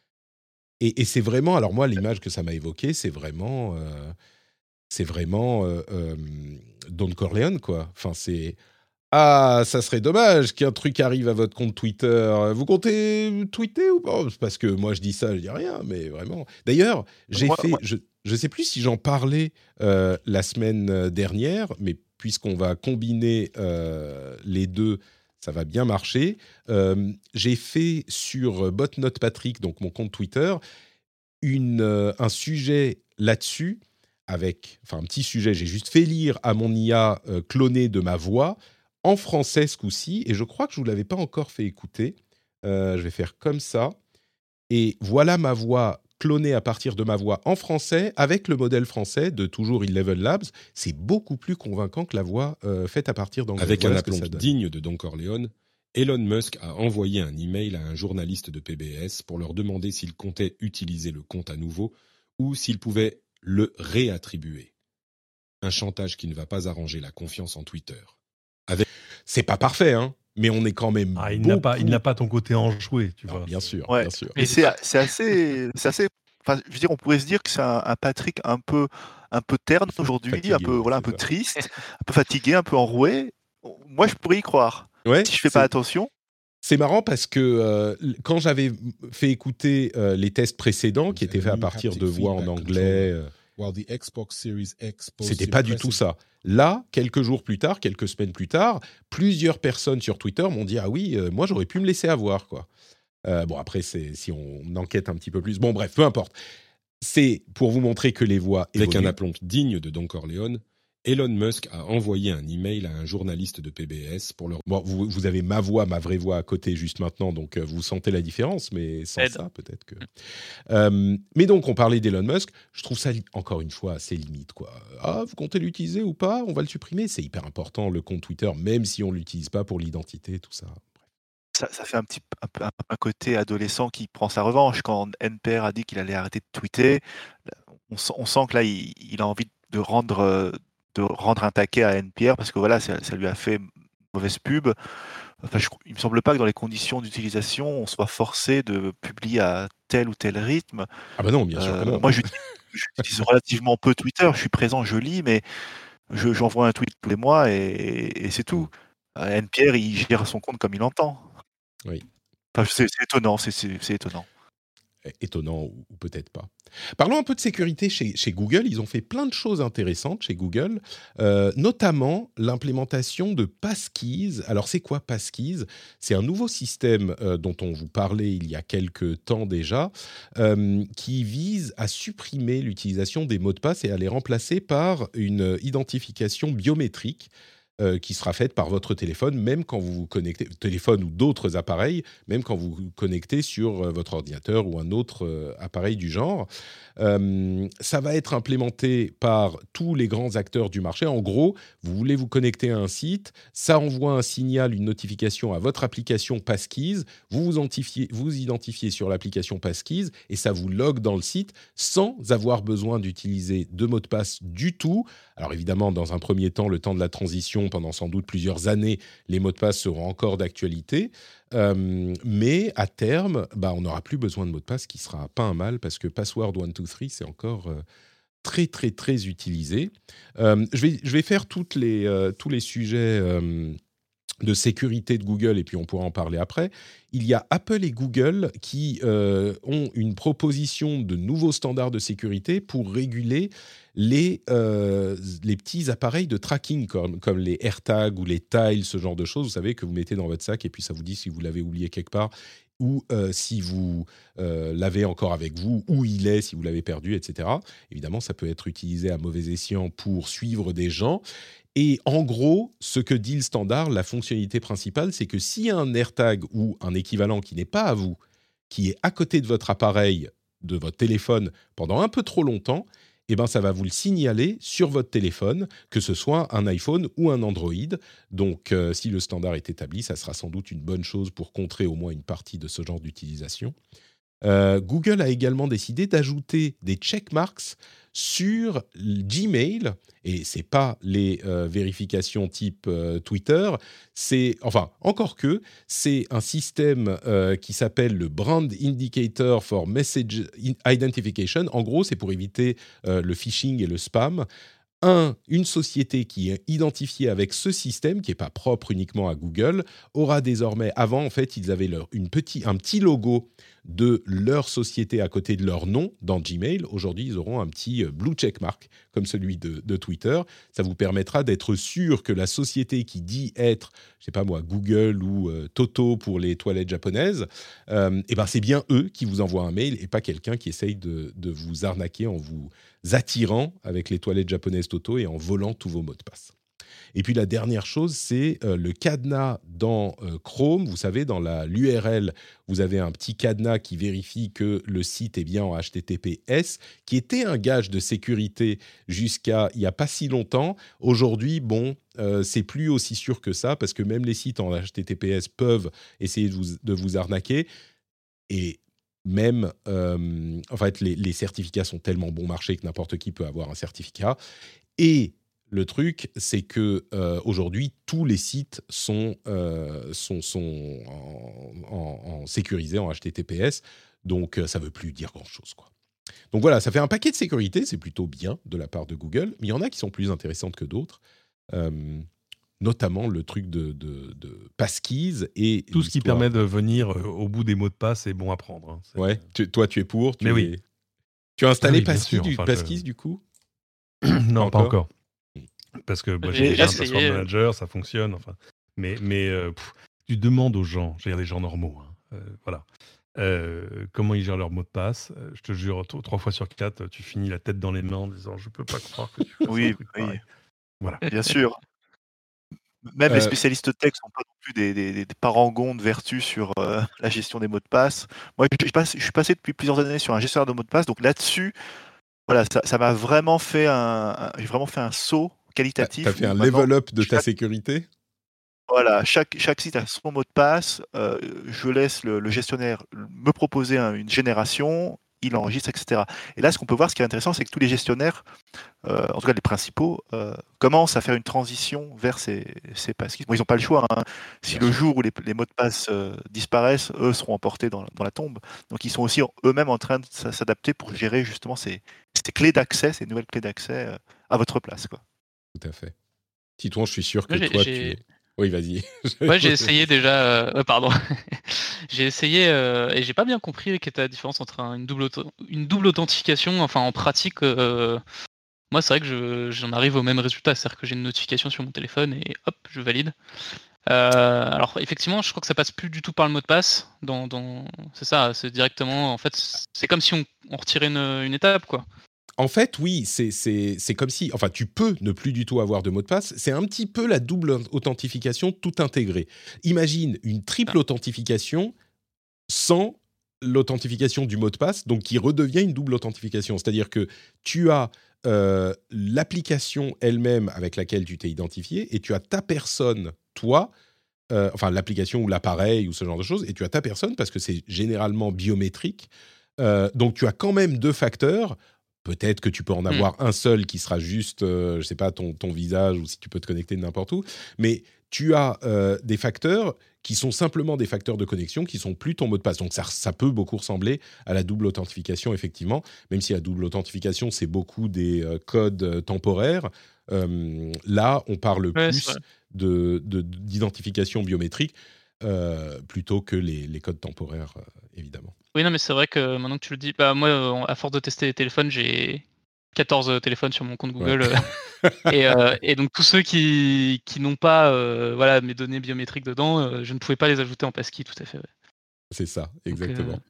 et, et c'est vraiment… Alors moi, l'image que ça m'a évoquée, c'est vraiment… Euh, c'est vraiment euh, euh, Don Corleone, quoi. Enfin, c'est… Ah, ça serait dommage qu'un truc arrive à votre compte Twitter. Vous comptez tweeter ou pas ? Parce que moi, je dis ça, je dis rien, mais vraiment. D'ailleurs, j'ai moi, fait... Moi... Je ne sais plus si j'en parlais euh, la semaine dernière, mais puisqu'on va combiner euh, les deux, ça va bien marcher. Euh, j'ai fait sur Botnote Patrick, donc mon compte Twitter, une, euh, un sujet là-dessus, avec... Enfin, un petit sujet. J'ai juste fait lire à mon I A euh, cloné de ma voix, en français ce coup-ci, et je crois que je ne vous l'avais pas encore fait écouter. Euh, je vais faire comme ça. Et voilà ma voix clonée à partir de ma voix en français, avec le modèle français de toujours Eleven Labs. C'est beaucoup plus convaincant que la voix euh, faite à partir d'anglais. Avec voilà un aplomb digne de Don Corleone, Elon Musk a envoyé un email à un journaliste de P B S pour leur demander s'il comptait utiliser le compte à nouveau ou s'il pouvait le réattribuer. Un chantage qui ne va pas arranger la confiance en Twitter. Avec... C'est pas parfait, hein, mais on est quand même. Ah, il beaucoup... n'a pas, il n'a pas ton côté enjoué, tu non, vois. Bien sûr, ouais. bien sûr. Et c'est, c'est assez, c'est assez. Enfin, je veux dire, on pourrait se dire que c'est un, un Patrick un peu, un peu terne aujourd'hui, fatigué, un peu, voilà, un peu triste, un peu fatigué, un peu enroué. Moi, je pourrais y croire. Ouais, si je fais pas attention. C'est marrant parce que euh, quand j'avais fait écouter euh, les tests précédents, qui étaient faits à partir de voix en anglais. Euh, C'était pas du tout ça. Là, quelques jours plus tard, quelques semaines plus tard, plusieurs personnes sur Twitter m'ont dit « Ah oui, euh, moi j'aurais pu me laisser avoir. » quoi. Euh, bon, après, c'est, si on enquête un petit peu plus… Bon, bref, peu importe. C'est pour vous montrer que les voix évoluent. Avec un aplomb digne de Don Corleone, Elon Musk a envoyé un email à un journaliste de P B S pour leur... Bon, vous, vous avez ma voix, ma vraie voix à côté juste maintenant, donc euh, vous sentez la différence, mais sans Aide. ça, peut-être que... Euh, mais donc, on parlait d'Elon Musk. Je trouve ça, encore une fois, assez limite, quoi. Ah, vous comptez l'utiliser ou pas ? On va le supprimer. C'est hyper important, le compte Twitter, même si on ne l'utilise pas pour l'identité, tout ça. Ça, ça fait un petit un, peu- un- un côté adolescent qui prend sa revanche. Quand N P R a dit qu'il allait arrêter de tweeter, on, sent- on sent que là, il, il a envie de rendre, euh, de rendre un taquet à N P R parce que voilà, ça, ça lui a fait mauvaise pub. Enfin, je, il me semble pas que dans les conditions d'utilisation, on soit forcé de publier à tel ou tel rythme. Ah bah non, bien sûr que Euh, non. moi, j'utilise j'utilise relativement peu Twitter. Je suis présent, je lis, mais je- j'envoie un tweet tous les mois et, et c'est tout. Euh, N P R, il gère son compte comme il entend. Oui. Enfin, c'est c'est étonnant, c'est c'est- c'est étonnant. Étonnant ou ou peut-être pas. Parlons un peu de sécurité chez, chez Google. Ils ont fait plein de choses intéressantes chez Google, euh, notamment l'implémentation de Passkeys. Alors, c'est quoi Passkeys ? C'est un nouveau système euh, dont on vous parlait il y a quelques temps déjà, euh, qui vise à supprimer l'utilisation des mots de passe et à les remplacer par une identification biométrique euh, qui sera faite par votre téléphone, même quand vous vous connectez, téléphone ou d'autres appareils, même quand vous vous connectez sur euh, votre ordinateur ou un autre euh, appareil du genre. Euh, ça va être implémenté par tous les grands acteurs du marché. En gros, vous voulez vous connecter à un site, ça envoie un signal, une notification à votre application Passkeys, vous vous identifiez, vous identifiez sur l'application Passkeys et ça vous log dans le site sans avoir besoin d'utiliser de mot de passe du tout. Alors évidemment, dans un premier temps, le temps de la transition, pendant sans doute plusieurs années, les mots de passe seront encore d'actualité. Euh, mais à terme, bah, on n'aura plus besoin de mot de passe, ce qui sera pas un mal, parce que Password un deux trois, c'est encore euh, très, très, très utilisé. Euh, je, vais, je vais faire toutes les, euh, tous les sujets euh, de sécurité de Google, et puis on pourra en parler après. Il y a Apple et Google qui euh, ont une proposition de nouveaux standards de sécurité pour réguler les, euh, les petits appareils de tracking comme, comme les AirTags ou les Tiles, ce genre de choses, vous savez, que vous mettez dans votre sac et puis ça vous dit si vous l'avez oublié quelque part ou euh, si vous euh, l'avez encore avec vous, où il est, si vous l'avez perdu, et cetera. Évidemment, ça peut être utilisé à mauvais escient pour suivre des gens. Et en gros, ce que dit le standard, la fonctionnalité principale, c'est que s'il y a un AirTag ou un équivalent qui n'est pas à vous, qui est à côté de votre appareil, de votre téléphone, pendant un peu trop longtemps, eh ben, ça va vous le signaler sur votre téléphone, que ce soit un iPhone ou un Android. Donc, euh, si le standard est établi, ça sera sans doute une bonne chose pour contrer au moins une partie de ce genre d'utilisation. Euh, Google a également décidé d'ajouter des checkmarks sur Gmail, et c'est pas les euh, vérifications type euh, Twitter, c'est, enfin, encore que, c'est un système euh, qui s'appelle le Brand Indicator for Message Identification. En gros, c'est pour éviter euh, le phishing et le spam. Un, une société qui est identifiée avec ce système, qui n'est pas propre uniquement à Google, aura désormais, avant en fait, ils avaient leur, une petit, un petit logo de leur société à côté de leur nom dans Gmail. Aujourd'hui, ils auront un petit blue checkmark, comme celui de, de Twitter. Ça vous permettra d'être sûr que la société qui dit être, je sais pas moi, Google ou euh, Toto pour les toilettes japonaises, euh, eh ben c'est bien eux qui vous envoient un mail et pas quelqu'un qui essaye de, de vous arnaquer en vous attirant avec les toilettes japonaises Toto et en volant tous vos mots de passe. Et puis la dernière chose, c'est euh, le cadenas dans euh, Chrome. Vous savez, dans la, l'U R L, vous avez un petit cadenas qui vérifie que le site est bien en H T T P S, qui était un gage de sécurité jusqu'à il n'y a pas si longtemps. Aujourd'hui, bon, euh, c'est plus aussi sûr que ça, parce que même les sites en H T T P S peuvent essayer de vous, de vous arnaquer. Et même, euh, en fait, les, les certificats sont tellement bon marché que n'importe qui peut avoir un certificat. Et le truc, c'est que euh, aujourd'hui, tous les sites sont, euh, sont, sont en, en, en sécurisés en H T T P S, donc ça ne veut plus dire grand-chose, quoi. Donc voilà, ça fait un paquet de sécurité, c'est plutôt bien de la part de Google, mais il y en a qui sont plus intéressantes que d'autres, euh, notamment le truc de, de, de Passkeys et tout ce qui permet de venir au bout des mots de passe est bon à prendre. Hein. C'est... Ouais, tu, toi tu es pour, tu mais es... oui. Tu as installé oui, Passkeys, du, enfin, Passkeys je... du coup? Non, pas encore. encore. Parce que bah, j'ai, j'ai déjà un password manager, ça fonctionne. Enfin, mais mais euh, pff, tu demandes aux gens, j'ai des gens normaux, hein, euh, voilà, euh, comment ils gèrent leur mot de passe. Euh, je te jure, t- trois fois sur quatre, tu finis la tête dans les mains en disant je peux pas croire que tu fasses oui, un truc oui. pareil. Voilà. Bien sûr. Même Euh, les spécialistes tech sont pas non plus des, des, des parangons de vertu sur euh, la gestion des mots de passe. Moi, je, je passe- je suis passé depuis plusieurs années sur un gestionnaire de mots de passe, donc là-dessus, voilà, ça, ça m'a vraiment fait un, un- j'ai vraiment fait un saut t'as, qualitatif t'as fait où un maintenant, level up de ta chaque, sécurité? voilà, chaque, chaque site a son mot de passe. euh, je laisse le, le gestionnaire me proposer un- une génération, il enregistre, et cetera. Et là, ce qu'on peut voir, ce qui est intéressant, c'est que tous les gestionnaires, euh, en tout cas les principaux, euh, commencent à faire une transition vers ces, ces passes. Bon, ils n'ont pas le choix, hein. Si Bien le sûr. jour où les, les mots de passe euh, disparaissent, eux seront emportés dans, dans la tombe. Donc ils sont aussi en- eux-mêmes en train de s- s'adapter pour gérer justement ces, ces clés d'accès, ces nouvelles clés d'accès euh, à votre place, quoi. Tout à fait. Titouan, je suis sûr que Moi, j'ai, toi, tu... j'ai... Oui, vas-y. Ouais, j'ai essayé déjà. Euh, euh, pardon. J'ai essayé euh, et j'ai pas bien compris quelle était la différence entre un- une double, auto- une double authentification. Enfin, en pratique, euh, moi, c'est vrai que je, j'en arrive au même résultat. C'est-à-dire que j'ai une notification sur mon téléphone et hop, je valide. Euh, alors, effectivement, je crois que ça passe plus du tout par le mot de passe. Dans, dans... C'est ça, c'est directement. En fait, c'est comme si on, on retirait une, une étape, quoi. En fait, oui, c'est, c'est, c'est comme si... Enfin, tu peux ne plus du tout avoir de mot de passe. C'est un petit peu la double authentification tout intégrée. Imagine une triple Ah. authentification sans l'authentification du mot de passe, donc qui redevient une double authentification. C'est-à-dire que tu as euh, l'application elle-même avec laquelle tu t'es identifié et tu as ta personne, toi, euh, enfin l'application ou l'appareil ou ce genre de choses, et tu as ta personne parce que c'est généralement biométrique. Euh, donc tu as quand même deux facteurs. Peut-être que tu peux en avoir Hmm. un seul qui sera juste, euh, je sais pas, ton, ton visage ou si tu peux te connecter de n'importe où. Mais tu as euh, des facteurs qui sont simplement des facteurs de connexion, qui sont plus ton mot de passe. Donc ça, ça peut beaucoup ressembler à la double authentification, effectivement, même si la double authentification, c'est beaucoup des euh, codes euh, temporaires. Euh, là, on parle Ouais, c'est plus vrai. de, de- d'identification biométrique euh, plutôt que les, les codes temporaires, euh, évidemment. Oui, non, mais c'est vrai que maintenant que tu le dis, bah moi, euh, à force de tester les téléphones, j'ai quatorze euh, téléphones sur mon compte Ouais. Google. euh, et, euh, et donc tous ceux qui, qui n'ont pas euh, voilà, mes données biométriques dedans, euh, je ne pouvais pas les ajouter en passkey, tout à fait. Ouais. C'est ça, Donc, euh, exactement.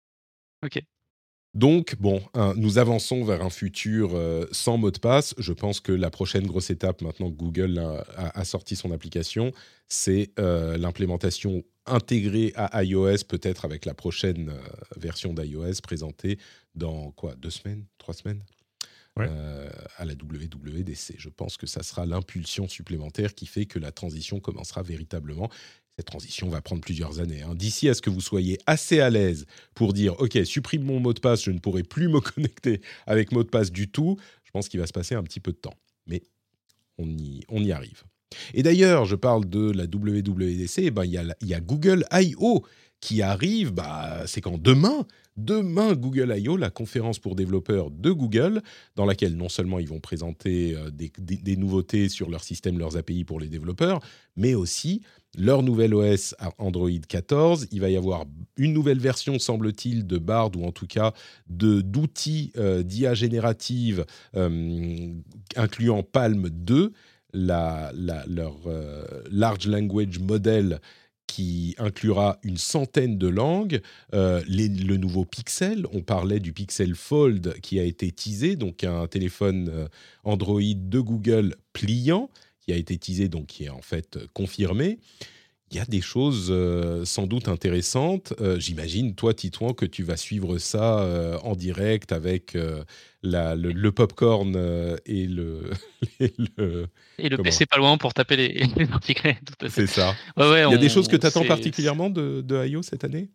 ok. Donc, bon, hein, nous avançons vers un futur euh, sans mot de passe. Je pense que la prochaine grosse étape, maintenant que Google a, a- a sorti son application, c'est euh, l'implémentation intégrée à iOS, peut-être avec la prochaine euh, version d'iOS présentée dans, quoi, deux semaines, trois semaines Ouais. euh, à la W W D C. Je pense que ça sera l'impulsion supplémentaire qui fait que la transition commencera véritablement. Cette transition va prendre plusieurs années, hein. D'ici à ce que vous soyez assez à l'aise pour dire « Ok, supprime mon mot de passe, je ne pourrai plus me connecter avec mot de passe du tout », je pense qu'il va se passer un petit peu de temps. Mais on y, on y arrive. Et d'ailleurs, je parle de la W W D C, eh ben, il y a, la- il y a Google I O qui arrive, bah, c'est quand demain, demain Google I O, la conférence pour développeurs de Google, dans laquelle non seulement ils vont présenter euh, des, des- des nouveautés sur leur système, leurs A P I pour les développeurs, mais aussi leur nouvel O S à Android quatorze. Il va y avoir une nouvelle version, semble-t-il, de Bard, ou en tout cas de, d'outils euh, d'I A générative euh, incluant Palm deux, la, la- leur euh, large language model qui inclura une centaine de langues, euh, les- le nouveau Pixel, on parlait du Pixel Fold qui a été teasé, donc un téléphone euh, Android de Google pliant, qui a été teasé, donc qui est en fait euh, confirmé. Il y a des choses euh, sans doute intéressantes. Euh, j'imagine, toi, Titouan, que tu vas suivre ça euh, en direct avec euh, la, le, le popcorn euh, et le... et le Et le comment P C pas loin pour taper les, les articles, tout à fait. C'est ça. Ouais, ouais, Il y a des choses que on, tu attends c'est, c'est- particulièrement de, de I O cette année?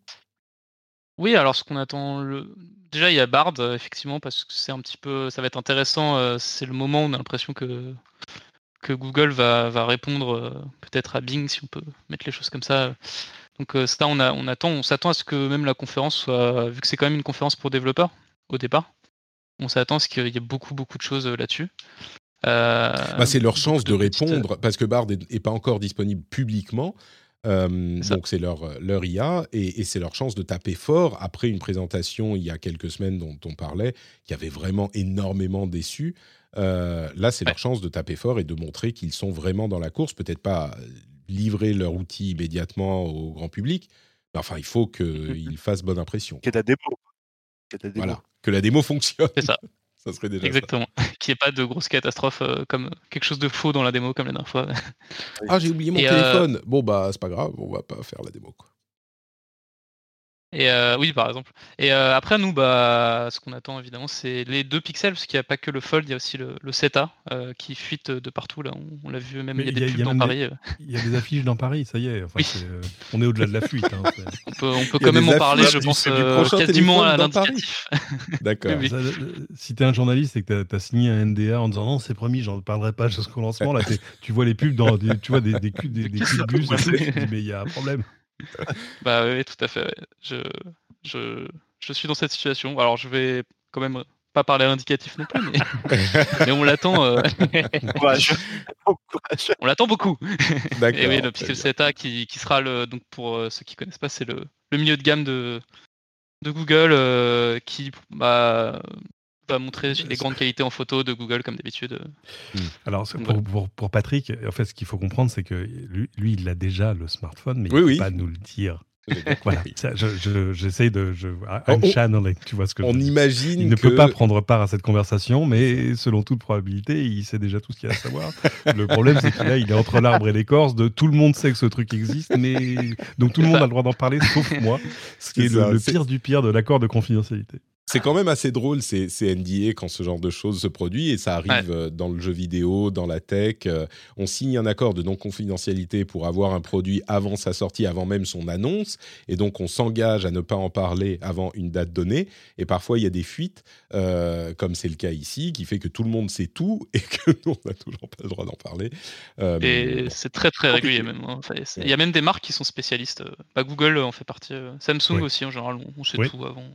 Oui, alors ce qu'on attend, le... déjà il y a Bard, euh, effectivement, parce que c'est un petit peu, ça va être intéressant. euh, C'est le moment où on a l'impression que que Google va, va répondre euh, peut-être à Bing, si on peut mettre les choses comme ça. Donc euh, ça, on, a, on attend, on s'attend à ce que même la conférence soit, vu que c'est quand même une conférence pour développeurs au départ, on s'attend à ce qu'il y ait beaucoup beaucoup de choses euh, là-dessus. Euh, Bah, c'est leur beaucoup chance de, de petites. répondre, parce que Bard n'est pas encore disponible publiquement. Euh, C'est ça. donc c'est leur, leur I A, et, et c'est leur chance de taper fort après une présentation il y a quelques semaines dont on parlait, qui avait vraiment énormément déçu. Euh, là, c'est leur Ouais. chance de taper fort et de montrer qu'ils sont vraiment dans la course. Peut-être pas livrer leur outil immédiatement au grand public, mais enfin, il faut qu'ils fassent bonne impression. Qu'il y ait de la démo. Qu'il y ait de la démo. Voilà, que la démo fonctionne. C'est ça. Ça serait déjà Exactement. Qu'il n'y ait pas de grosses catastrophes euh, comme quelque chose de faux dans la démo comme la dernière fois. Ah, j'ai oublié mon Et, téléphone. euh, Bon, bah, c'est pas grave, on va pas faire la démo, quoi. Et euh, oui, par exemple. Et euh, après, nous, bah, ce qu'on attend évidemment, c'est les deux pixels, parce qu'il n'y a pas que le Fold, il y a aussi le, le sept A euh, qui fuite de partout. Là, on, on l'a vu, même Mais il y a il y des a, il pubs y a dans même Paris. des, euh. il y a des affiches dans Paris, ça y est. Enfin, Oui. c'est, euh, on est au-delà de la fuite. Hein, c'est- On peut, on peut Il y a quand même des en parler, affiches je du- pense, du euh, prochain quasiment téléphone à dans Paris. l'indicatif. D'accord. Oui, oui. Ça, euh, si t'es un journaliste et que t'as as signé un N D A en disant non, c'est promis, j'en parlerai pas jusqu'au lancement, là, t'es- tu vois les pubs dans des, tu vois des, des, culs- des, Des des culs culs de de bus et partout, tout, ouais. tu te dis mais il y a un problème. Bah oui, tout à fait. Ouais. Je, je, je suis dans cette situation. Alors, je vais quand même pas parler à l'indicatif non plus, mais, mais on l'attend. euh, Courage. Bon courage. On l'attend beaucoup. D'accord. Et oui, le très Pixel bien. sept A qui, qui sera le, donc pour euh, ceux qui connaissent pas, c'est le, le milieu de gamme de, de Google euh, qui bah, va montrer les grandes qualités en photo de Google comme d'habitude. Alors, c'est Donc, pour, voilà. pour, pour Patrick, en fait, ce qu'il faut comprendre, c'est que lui, lui, il a déjà le smartphone, mais Oui, il ne oui. peut pas nous le dire. J'ai bien Voilà, compris. ça, je, je, j'essaye de... Je, I'm On- channeling, tu vois ce que je On veux dire. imagine Il ne que... peut pas prendre part à cette conversation, mais selon toute probabilité, il sait déjà tout ce qu'il y a à savoir. Le problème, c'est qu'il là, il est entre l'arbre et l'écorce de tout le monde sait que ce truc existe, mais donc tout le C'est monde ça. a le droit d'en parler, sauf moi, ce qui C'est est le, ça, le c'est- pire du pire de l'accord de confidentialité. C'est quand même assez drôle, ces, ces N D A, quand ce genre de choses se produit, et ça arrive Ouais. euh, dans le jeu vidéo, dans la tech. euh, on signe un accord de non-confidentialité pour avoir un produit avant sa sortie, avant même son annonce, et donc on s'engage à ne pas en parler avant une date donnée. Et parfois, il y a des fuites, euh, comme c'est le cas ici, qui fait que tout le monde sait tout et que nous, on n'a toujours pas le droit d'en parler. Euh, Et bon. c'est très très Compliqué. régulier même. hein. Enfin, c'est- Il Ouais. y a même des marques qui sont spécialistes. euh, Bah, Google en fait partie. euh, Samsung Ouais. aussi en général, on, on sait Oui. tout avant.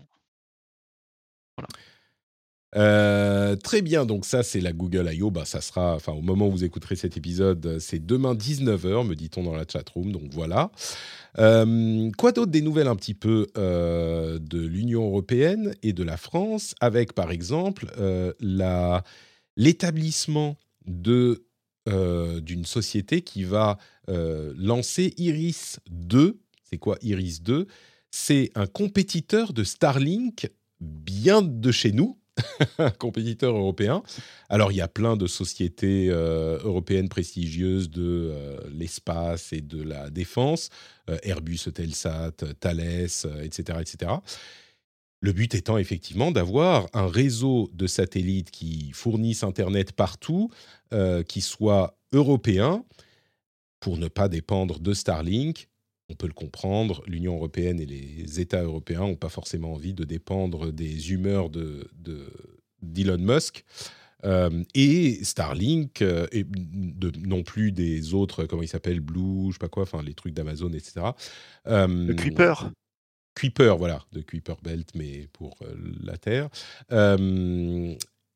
Euh, très bien, donc ça c'est la Google I O, bah, ça sera, enfin au moment où vous écouterez cet épisode, c'est demain dix-neuf heures, me dit-on dans la chatroom, donc voilà. Euh, quoi d'autre des nouvelles un petit peu euh, de l'Union européenne et de la France, avec par exemple euh, la, l'établissement de, euh, d'une société qui va euh, lancer Iris deux. C'est quoi Iris deux? C'est un compétiteur de Starlink bien de chez nous, un compétiteur européen. Alors, il y a plein de sociétés euh, européennes prestigieuses de euh, l'espace et de la défense, euh, Airbus, Eutelsat, Thales, euh, et cetera, et cetera. Le but étant effectivement d'avoir un réseau de satellites qui fournissent Internet partout, euh, qui soit européen, pour ne pas dépendre de Starlink. On peut le comprendre, l'Union européenne et les États européens n'ont pas forcément envie de dépendre des humeurs de, de, d'Elon Musk. Euh, et Starlink, euh, et de, non plus des autres, comment ils s'appellent, Blue, je sais pas quoi, enfin les trucs d'Amazon, et cetera. Euh, Le Kuiper. Kuiper, voilà, de Kuiper Belt, mais pour euh, la Terre. Euh,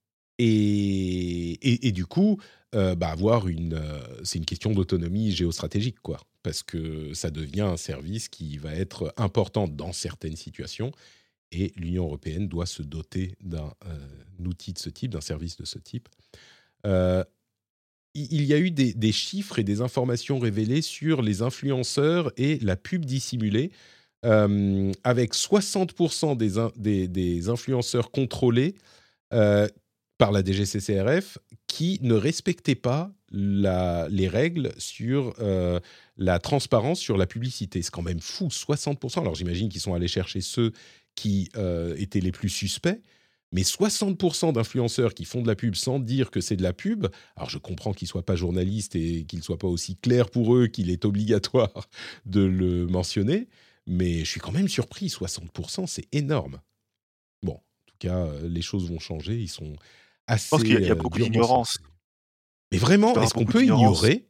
et, et, et du coup, euh, bah, avoir une, euh, c'est une question d'autonomie géostratégique, quoi, parce que ça devient un service qui va être important dans certaines situations, et l'Union européenne doit se doter d'un euh, outil de ce type, d'un service de ce type. Euh, il y a eu des, des chiffres et des informations révélées sur les influenceurs et la pub dissimulée, euh, avec soixante pour cent des, in, des, des influenceurs contrôlés euh, par la D G C C R F qui ne respectaient pas la, les règles sur euh, la transparence sur la publicité. C'est quand même fou, soixante pour cent. Alors j'imagine qu'ils sont allés chercher ceux qui euh, étaient les plus suspects, mais soixante pour cent d'influenceurs qui font de la pub sans dire que c'est de la pub. Alors je comprends qu'ils ne soient pas journalistes et qu'il ne soit pas aussi clair pour eux qu'il est obligatoire de le mentionner, mais je suis quand même surpris, soixante pour cent, c'est énorme. Bon, en tout cas, les choses vont changer, ils sont assez... Je pense qu'il y a, il y a euh, beaucoup durement d'ignorance. censurés. Mais vraiment, Il y est-ce aura qu'on beaucoup peut d'ignorance. ignorer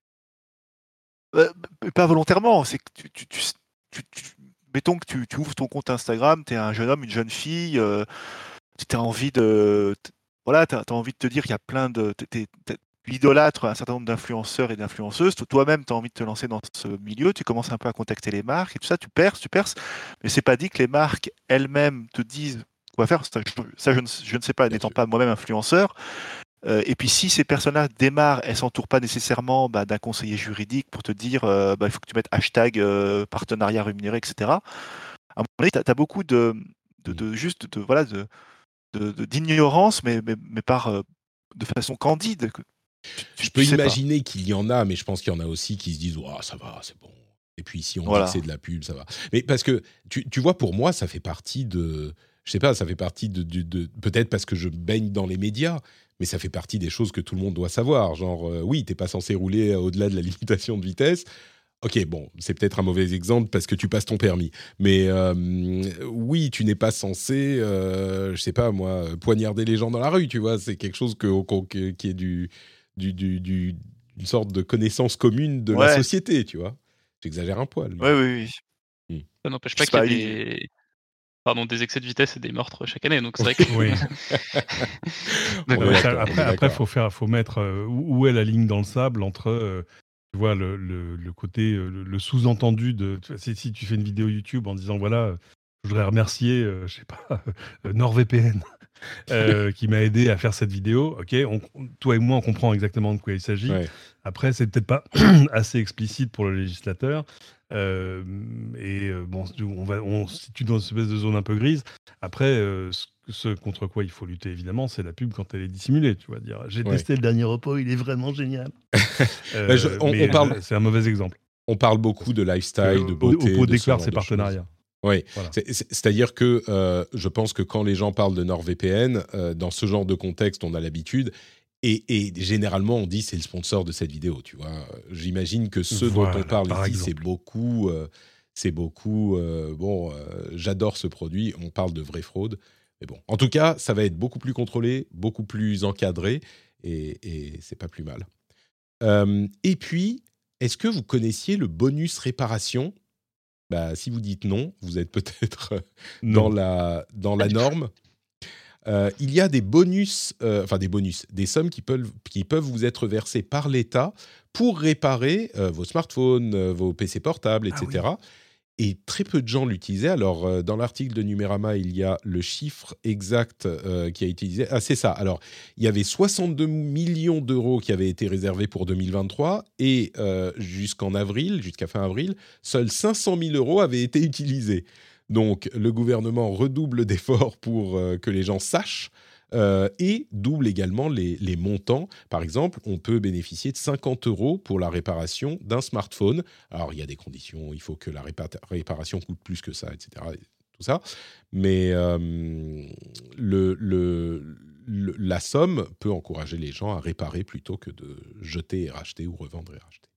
Euh, pas volontairement, c'est que tu, tu, tu, tu, tu- mettons que tu, tu ouvres ton compte Instagram, tu es un jeune homme, une jeune fille, euh, tu as envie de t- voilà, t'as, t'as envie de te dire qu'il y a plein de t'es- t'es- t'es- tu idolâtres un certain nombre d'influenceurs et d'influenceuses, toi- toi-même tu as envie de te lancer dans ce milieu, tu commences un peu à contacter les marques et tout ça, tu perces, tu perces, mais c'est pas dit que les marques elles-mêmes te disent quoi faire, ça, je, ça, je ne, je ne sais pas, Bien n'étant sûr. pas moi-même influenceur. Euh, et puis si ces personnes-là démarrent, elles s'entourent pas nécessairement bah, d'un conseiller juridique pour te dire euh, bah, il faut que tu mettes hashtag euh, partenariat rémunéré, et cetera. À mon avis, tu as beaucoup de, de, de juste de voilà de de, de, d'ignorance, mais, mais, mais par euh, de façon candide. Que tu, je peux imaginer pas. qu'il y en a, mais je pense qu'il y en a aussi qui se disent oh, ça va, c'est bon. Et puis si on voilà. dit que c'est de la pub, ça va. Mais parce que tu, tu vois, pour moi, ça fait partie de, je sais pas, ça fait partie de, de, de peut-être parce que je baigne dans les médias. Mais ça fait partie des choses que tout le monde doit savoir. Genre, euh, oui, t'es pas censé rouler au-delà de la limitation de vitesse. Ok, bon, c'est peut-être un mauvais exemple parce que tu passes ton permis. Mais euh, oui, tu n'es pas censé, euh, je sais pas moi, poignarder les gens dans la rue, tu vois. C'est quelque chose que, que, qui est du, du, du, du, une sorte de connaissance commune de ouais. la société, tu vois. J'exagère un poil. Mais... Oui, oui, oui. Hmm. Ça n'empêche pas qu'il y ait des... Pardon, des excès de vitesse et des meurtres chaque année, donc c'est vrai que... Oui. ouais, ça, après, après, faut faire, faut mettre euh, où est la ligne dans le sable entre, euh, tu vois, le, le, le côté, euh, le, le sous-entendu de, si, si tu fais une vidéo YouTube en disant voilà, je voudrais remercier, euh, je sais pas, euh, NordVPN. Euh, qui m'a aidé à faire cette vidéo. Ok, on, toi et moi, on comprend exactement de quoi il s'agit. Ouais. Après, c'est peut-être pas assez explicite pour le législateur. Euh, et euh, bon, on, va, on se situe dans une espèce de zone un peu grise. Après, euh, ce, ce contre quoi il faut lutter, évidemment, c'est la pub quand elle est dissimulée. Tu vas dire, j'ai ouais. testé le dernier repos, il est vraiment génial. euh, bah je, on, mais on parle, c'est un mauvais exemple. On parle beaucoup de lifestyle, de beauté. Oppo déclare ses partenariats. Oui, voilà. c'est, c'est, c'est-à-dire que euh, je pense que quand les gens parlent de NordVPN, euh, dans ce genre de contexte, on a l'habitude. Et, et généralement, on dit c'est le sponsor de cette vidéo, tu vois. J'imagine que ce voilà, dont on parle ici, exemple. c'est beaucoup, euh, c'est beaucoup. Euh, bon, euh, j'adore ce produit. On parle de vraie fraude, mais bon. En tout cas, ça va être beaucoup plus contrôlé, beaucoup plus encadré, et, et c'est pas plus mal. Euh, et puis, est-ce que vous connaissiez le bonus réparation ? Bah, si vous dites non, vous êtes peut-être dans la dans la norme. Euh, il y a des bonus, euh, enfin des bonus, des sommes qui peuvent, qui peuvent vous être versées par l'État pour réparer euh, vos smartphones, euh, vos P C portables, et cetera. Ah oui. Et très peu de gens l'utilisaient. Alors, euh, dans l'article de Numérama, il y a le chiffre exact euh, qui a été utilisé. Ah, c'est ça. Alors, il y avait soixante-deux millions d'euros qui avaient été réservés pour deux mille vingt-trois et euh, jusqu'en avril, jusqu'à fin avril, seuls cinq cent mille euros avaient été utilisés. Donc, le gouvernement redouble d'efforts pour euh, que les gens sachent euh, et double également les, les montants. Par exemple, on peut bénéficier de cinquante euros pour la réparation d'un smartphone. Alors, il y a des conditions, il faut que la répa- réparation coûte plus que ça, et cetera. Tout ça. Mais euh, le, le, le, la somme peut encourager les gens à réparer plutôt que de jeter et racheter ou revendre et racheter.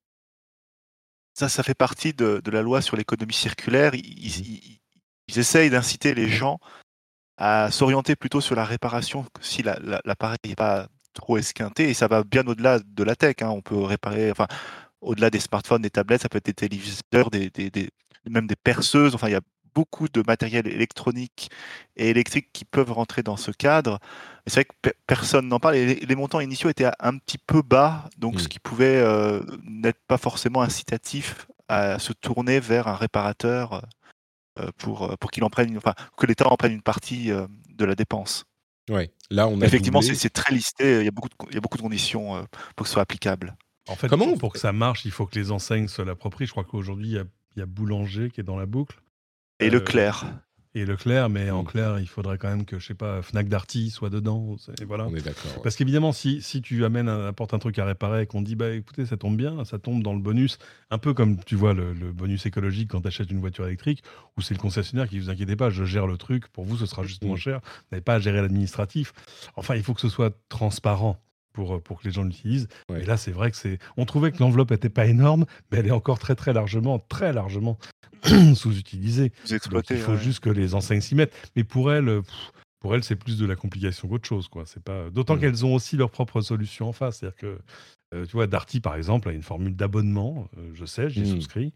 Ça, ça fait partie de, de la loi sur l'économie circulaire. Ils, mmh. ils, ils essayent d'inciter les gens à s'orienter plutôt sur la réparation si la, la, l'appareil n'est pas trop esquinté, et ça va bien au-delà de la tech. Hein. On peut réparer, enfin, au-delà des smartphones, des tablettes, ça peut être des téléviseurs, des, des, des, même des perceuses. Enfin, il y a beaucoup de matériel électronique et électrique qui peuvent rentrer dans ce cadre. Mais c'est vrai que pe- personne n'en parle. Et les, les montants initiaux étaient un petit peu bas, donc mmh. ce qui pouvait euh, n'être pas forcément incitatif à se tourner vers un réparateur pour, pour qu'il en prenne, enfin, que l'État en prenne une partie euh, de la dépense. Ouais, là on a effectivement, doublé... c'est, c'est très listé. Il y a beaucoup de, il y a beaucoup de conditions euh, pour que ce soit applicable. En fait, Comment pour que ça marche, il faut que les enseignes se l'approprient. Je crois qu'aujourd'hui, il y a, il y a Boulanger qui est dans la boucle. Et euh, Leclerc. Et Leclerc, mais mmh. en clair, il faudrait quand même que, je sais pas, Fnac Darty soit dedans. Et voilà. On est d'accord. Ouais. Parce qu'évidemment, si, si tu amènes, un, apportes un truc à réparer et qu'on dit, bah écoutez, ça tombe bien, ça tombe dans le bonus, un peu comme tu vois le, le bonus écologique quand tu achètes une voiture électrique, où c'est le concessionnaire qui vous inquiétez pas, je gère le truc, pour vous, ce sera juste mmh. moins cher, vous n'avez pas à gérer l'administratif. Enfin, il faut que ce soit transparent. Pour, pour que les gens l'utilisent. Ouais. Et là, c'est vrai que c'est... On trouvait que l'enveloppe n'était pas énorme, mais elle est encore très, très largement, très largement sous-utilisée. Donc, il faut ouais. juste que les enseignes s'y mettent. Mais pour elles, pour elles, c'est plus de la complication qu'autre chose, quoi. C'est pas... D'autant mmh. qu'elles ont aussi leurs propres solutions en face. C'est-à-dire que, euh, tu vois, Darty, par exemple, a une formule d'abonnement, euh, je sais, j'y mmh. souscris,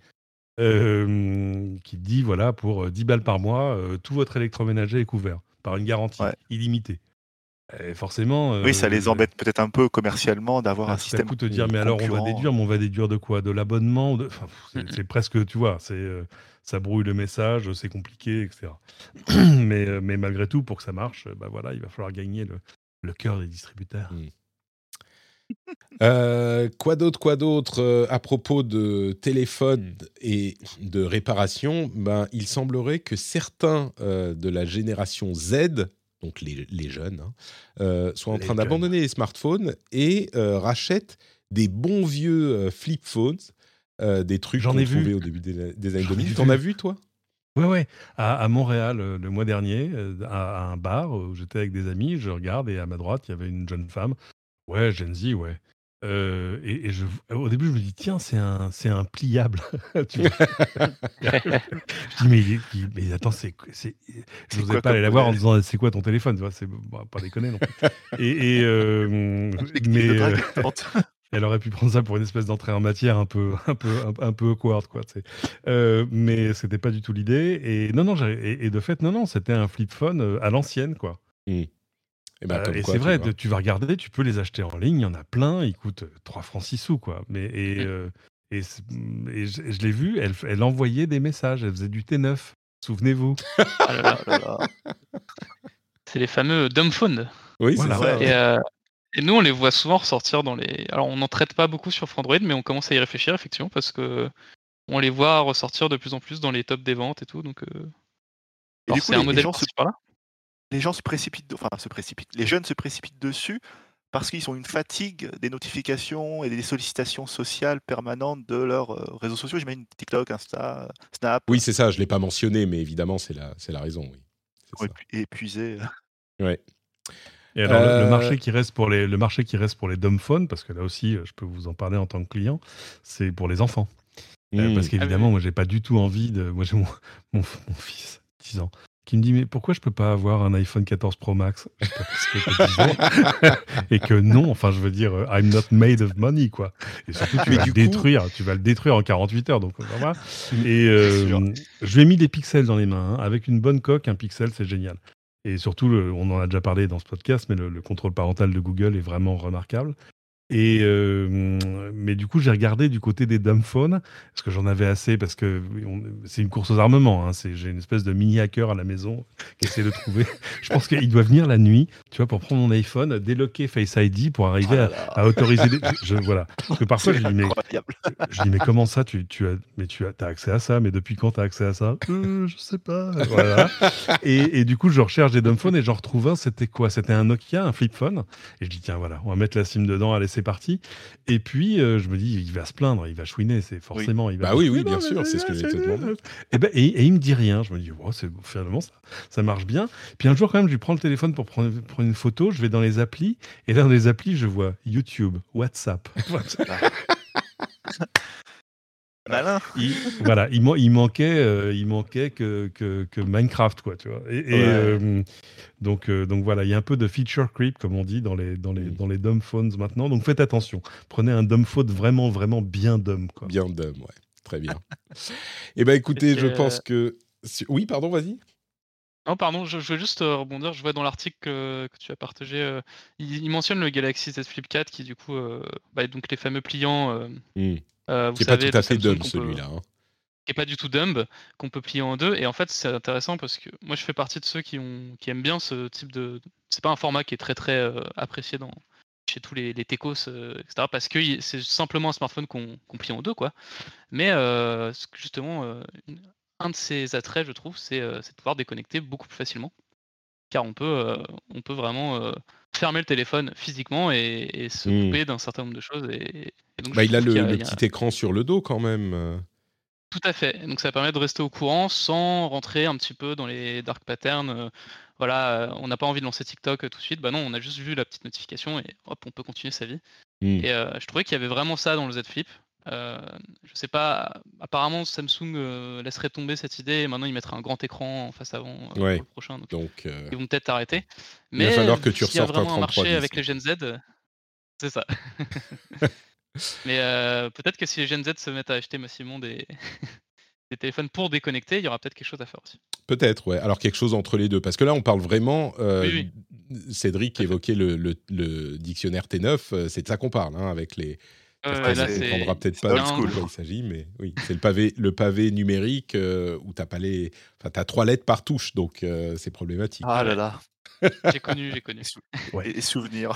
euh, qui dit, voilà, pour dix balles par mois, euh, tout votre électroménager est couvert par une garantie ouais. illimitée. Et forcément, euh, oui, ça les embête peut-être un peu commercialement d'avoir un système. Ça coûte te dire, mais alors on va déduire, mais on va déduire de quoi ? De l'abonnement de... Enfin, c'est, c'est presque, tu vois, c'est, euh, ça brouille le message, c'est compliqué, et cetera. mais, euh, mais malgré tout, pour que ça marche, bah voilà, il va falloir gagner le, le cœur des distributeurs. Mmh. euh, quoi d'autre, quoi d'autre euh, à propos de téléphone et de réparation, ben, il semblerait que certains euh, de la génération Z, donc les, les jeunes, hein, euh, soient en Les train d'abandonner les smartphones et euh, rachètent des bons vieux euh, flip phones, euh, des trucs J'en qu'on ai vu. trouvait au début des, des années J'en ai deux mille. vu. T'en as vu, toi ? Ouais, ouais. À, à Montréal, euh, le mois dernier, euh, à, à un bar où j'étais avec des amis, je regarde et à ma droite, il y avait une jeune femme. Ouais, Gen Z, ouais. Euh, et et je, au début, je me dis, tiens, c'est un, c'est un pliable. Tu vois. Je dis, mais, il est- il- mais attends, c'est, c'est, je C'est n'osais quoi pas aller comme la voir en modèle? disant, c'est quoi ton téléphone? Tu vois, c'est bon, pas déconner non plus. Et, et, euh, Technique mais de euh, drague tente. elle aurait pu prendre ça pour une espèce d'entrée en matière un peu, un peu, un, un peu awkward, quoi. tu sais. Euh, mais c'était pas du tout l'idée. Et non, non, j'ai- et, et de fait, non, non, c'était un flip phone euh, à l'ancienne, quoi. Hmm. Eh ben, Euh, comme et quoi, c'est tu vrai, vois. de- tu vas regarder, tu peux les acheter en ligne, il y en a plein, ils coûtent euh, trois francs six sous, quoi. Mais, et, Mm. euh, et, c'est- et je, je l'ai vu, elle, elle envoyait des messages, elle faisait du T neuf, souvenez-vous. Ah là là, Oh là là. c'est les fameux dumb phones. Oui, Voilà. c'est ça. Et, Ouais. euh, et nous, on les voit souvent ressortir dans les. Alors, on n'en traite pas beaucoup sur Frandroid, mais on commence à y réfléchir, effectivement, parce que on les voit ressortir de plus en plus dans les tops des ventes et tout. Donc, euh, Et alors du coup, c'est les, un les modèle gens se, par-ci par-là. les gens se précipitent, enfin se précipitent, les jeunes se précipitent dessus parce qu'ils ont une fatigue des notifications et des sollicitations sociales permanentes de leurs euh, réseaux sociaux. J'imagine TikTok, Insta, Snap, Oui, c'est ça. Je l'ai pas mentionné, mais évidemment, c'est la, c'est la raison. Oui, c'est sont ça. épu- épuisés. Ouais. Et alors, le, le Euh, marché qui reste pour les, le marché qui reste pour les dumb phones, parce que là aussi, euh, je peux vous en parler en tant que client, c'est pour les enfants. Euh, hmm. parce qu'évidemment, Ah oui, oui. moi, j'ai pas du tout envie de. Moi, j'ai mon, mon, mon fils, dix ans, qui me dit, mais pourquoi je peux pas avoir un iPhone quatorze Pro Max? Je dis, pas parce que t'as dix ans. Et que non, enfin, je veux dire, euh, I'm not made of money, quoi. Et surtout, tu Mais vas du le coup- détruire, tu vas le détruire en quarante-huit heures. Donc, voilà. Et C'est sûr. euh, je lui ai mis des pixels dans les mains. hein. Avec une bonne coque, un pixel, c'est génial. Et surtout, le- on en a déjà parlé dans ce podcast, mais le, le contrôle parental de Google est vraiment remarquable. Et euh, mais du coup, j'ai regardé du côté des dumb phones, parce que j'en avais assez, parce que on- c'est une course aux armements. Hein, c'est, j'ai une espèce de mini hacker à la maison qui essaie de trouver. Je pense qu'il doit venir la nuit, tu vois, pour prendre mon iPhone, déloquer Face I D pour arriver Oh là à, là. à autoriser. Des... Je, je- voilà. Parce que parfois, C'est je dis mais, incroyable. je dis mais comment ça, tu, tu as, mais tu as, t'as accès à ça, mais depuis quand t'as accès à ça euh, Je sais pas. Voilà. Et, et du coup, je recherche des dumb phones et j'en retrouve un. C'était quoi? C'était un Nokia, un flip phone. Et je dis tiens voilà, on va mettre la SIM dedans. Allez, c'est parti. Et puis euh, je me dis il va se plaindre, il va chouiner, c'est forcément. Il va Bah oui, dire, oui, Mais bien non, mais sûr, c'est ce que c'est- j'allais te demander. Et, ben, et, et il me dit rien. Je me dis oh, c'est finalement ça, ça marche bien. Puis un jour quand même, je lui prends le téléphone pour prendre, prendre une photo. Je vais dans les applis et là dans les applis, je vois YouTube, WhatsApp. Malin. il, voilà, il, man- il manquait, euh, il manquait que, que, que Minecraft, quoi, tu vois. Et, et, Ouais. euh, donc, euh, donc voilà, il y a un peu de feature creep, comme on dit, dans les, dans les, Mm. dans les dumb phones maintenant. Donc faites attention. Prenez un dumb phone vraiment, vraiment bien dumb, quoi. Bien dumb, ouais. Très bien. Eh ben, écoutez, Et je c'est, pense euh, que... si- Oui, pardon, vas-y. Non, pardon, je, je veux juste euh, rebondir. Je vois dans l'article que, que tu as partagé, euh, il, il mentionne le Galaxy Z Flip quatre qui, du coup, euh, bah, donc les fameux pliants, euh, Hmm. euh, vous Qui n'est pas savez, tout à de fait Samsung dumb, qu'on peut- celui-là. hein. qui est pas du tout dumb, qu'on peut plier en deux. Et en fait, c'est intéressant parce que moi, je fais partie de ceux qui, ont, qui aiment bien ce type de. C'est pas un format qui est très très euh, apprécié dans, chez tous les, les techos, euh, et cetera. Parce que y- c'est simplement un smartphone qu'on qu'on plie en deux, quoi. Mais euh, ce que justement, euh, une- un de ses attraits, je trouve, c'est euh, c'est de pouvoir déconnecter beaucoup plus facilement. Car on peut, euh, on peut vraiment euh, fermer le téléphone physiquement et, et se Hmm. couper d'un certain nombre de choses. Et, et donc, Bah, je il a trouve le, qu'il y a- le il y a- petit écran sur le dos, quand même. euh. Tout à fait. Donc ça permet de rester au courant sans rentrer un petit peu dans les dark patterns. euh, voilà, euh, on n'a pas envie de lancer TikTok euh, tout de suite. Bah non, on a juste vu la petite notification et hop, on peut continuer sa vie. Hmm. Et euh, je trouvais qu'il y avait vraiment ça dans le Z Flip. Euh, je sais pas, apparemment Samsung euh, laisserait tomber cette idée et maintenant ils mettraient un grand écran en face avant euh, Ouais. pour le prochain. Donc Donc, euh, ils vont peut-être arrêter. Il va Mais falloir que vu tu qu'il y a ressortes un vraiment un trente-trois marché dix, avec les Gen Z, euh, c'est ça. Mais euh, peut-être que si les Gen Z se mettent à acheter massivement des, des téléphones pour déconnecter, il y aura peut-être quelque chose à faire aussi. peut-être, ouais. Alors, quelque chose entre les deux. Parce que là, on parle vraiment... euh, Oui, Cédric évoquait le, le, le dictionnaire T neuf. euh, C'est de ça qu'on parle, hein, avec les... Euh, Certains là, ne c'est comprendra peut-être c'est pas old de school. quoi il s'agit, mais oui, c'est le pavé, le pavé numérique euh, où t'as pas les... enfin, t'as trois lettres par touche, donc euh, c'est problématique. Ah là là. j'ai connu, j'ai connu. Ouais. Et, et souvenirs.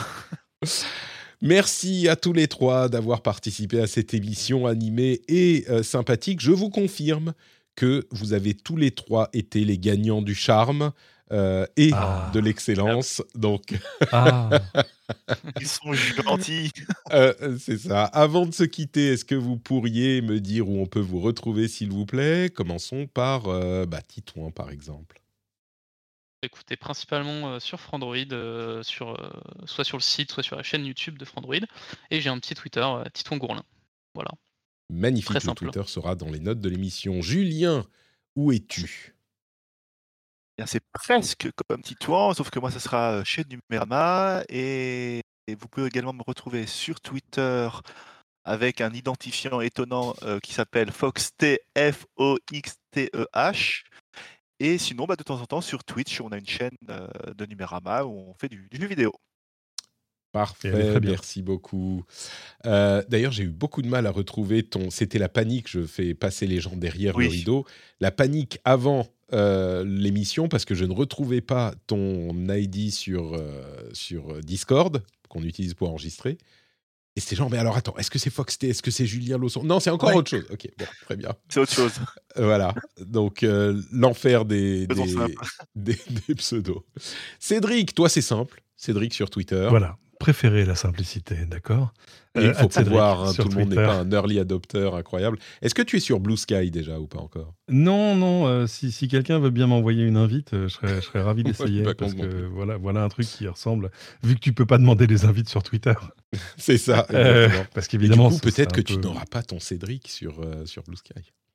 Merci à tous les trois d'avoir participé à cette émission animée et euh, sympathique. Je vous confirme que vous avez tous les trois été les gagnants du charme. euh, et ah. de l'excellence. Donc, ah. Ils sont gentils. euh, c'est ça. Avant de se quitter, est-ce que vous pourriez me dire où on peut vous retrouver, s'il vous plaît ? Commençons par euh, bah, Titouan, par exemple. Écoutez, principalement euh, sur Frandroid, euh, sur, euh, soit sur le site, soit sur la chaîne YouTube de Frandroid. Et j'ai un petit Twitter, euh, Titouan Gourlin. Voilà. Magnifique, le Twitter sera dans les notes de l'émission. Julien, où es-tu ? Bien, c'est presque comme Titouan, sauf que moi, ça sera chez Numérama. Et, et vous pouvez également me retrouver sur Twitter avec un identifiant étonnant euh, qui s'appelle Foxt, F O X T E H. Et sinon, bah, de temps en temps, sur Twitch, on a une chaîne euh, de Numérama où on fait du, du jeu vidéo. Parfait, merci beaucoup. Euh, d'ailleurs, j'ai eu beaucoup de mal à retrouver ton... C'était la panique, je fais passer les gens derrière oui. le rideau. La panique avant euh, l'émission, parce que je ne retrouvais pas ton I D sur, euh, sur Discord, qu'on utilise pour enregistrer. Et c'était genre, mais alors attends, est-ce que c'est Foxt ? Est-ce que c'est Julien Lausson ? Non, c'est encore ouais. autre chose. Ok, bon, très bien. C'est autre chose. Voilà, donc euh, l'enfer des, des, des, des pseudos. Cédric, toi c'est simple. Cédric sur Twitter. Voilà, préférez la simplicité, d'accord ? Et il faut pouvoir, hein, tout le monde n'est pas un early adopter incroyable. Est-ce que tu es sur Blue Sky déjà ou pas encore ? Non, non, euh, si, si quelqu'un veut bien m'envoyer une invite, euh, je, serais, je serais ravi d'essayer, ouais, parce que voilà, voilà un truc qui ressemble, vu que tu peux pas demander des invites sur Twitter. C'est ça, euh, parce qu'évidemment... Et du coup, peut-être que peu... tu n'auras pas ton Cédric sur, euh, sur Blue Sky.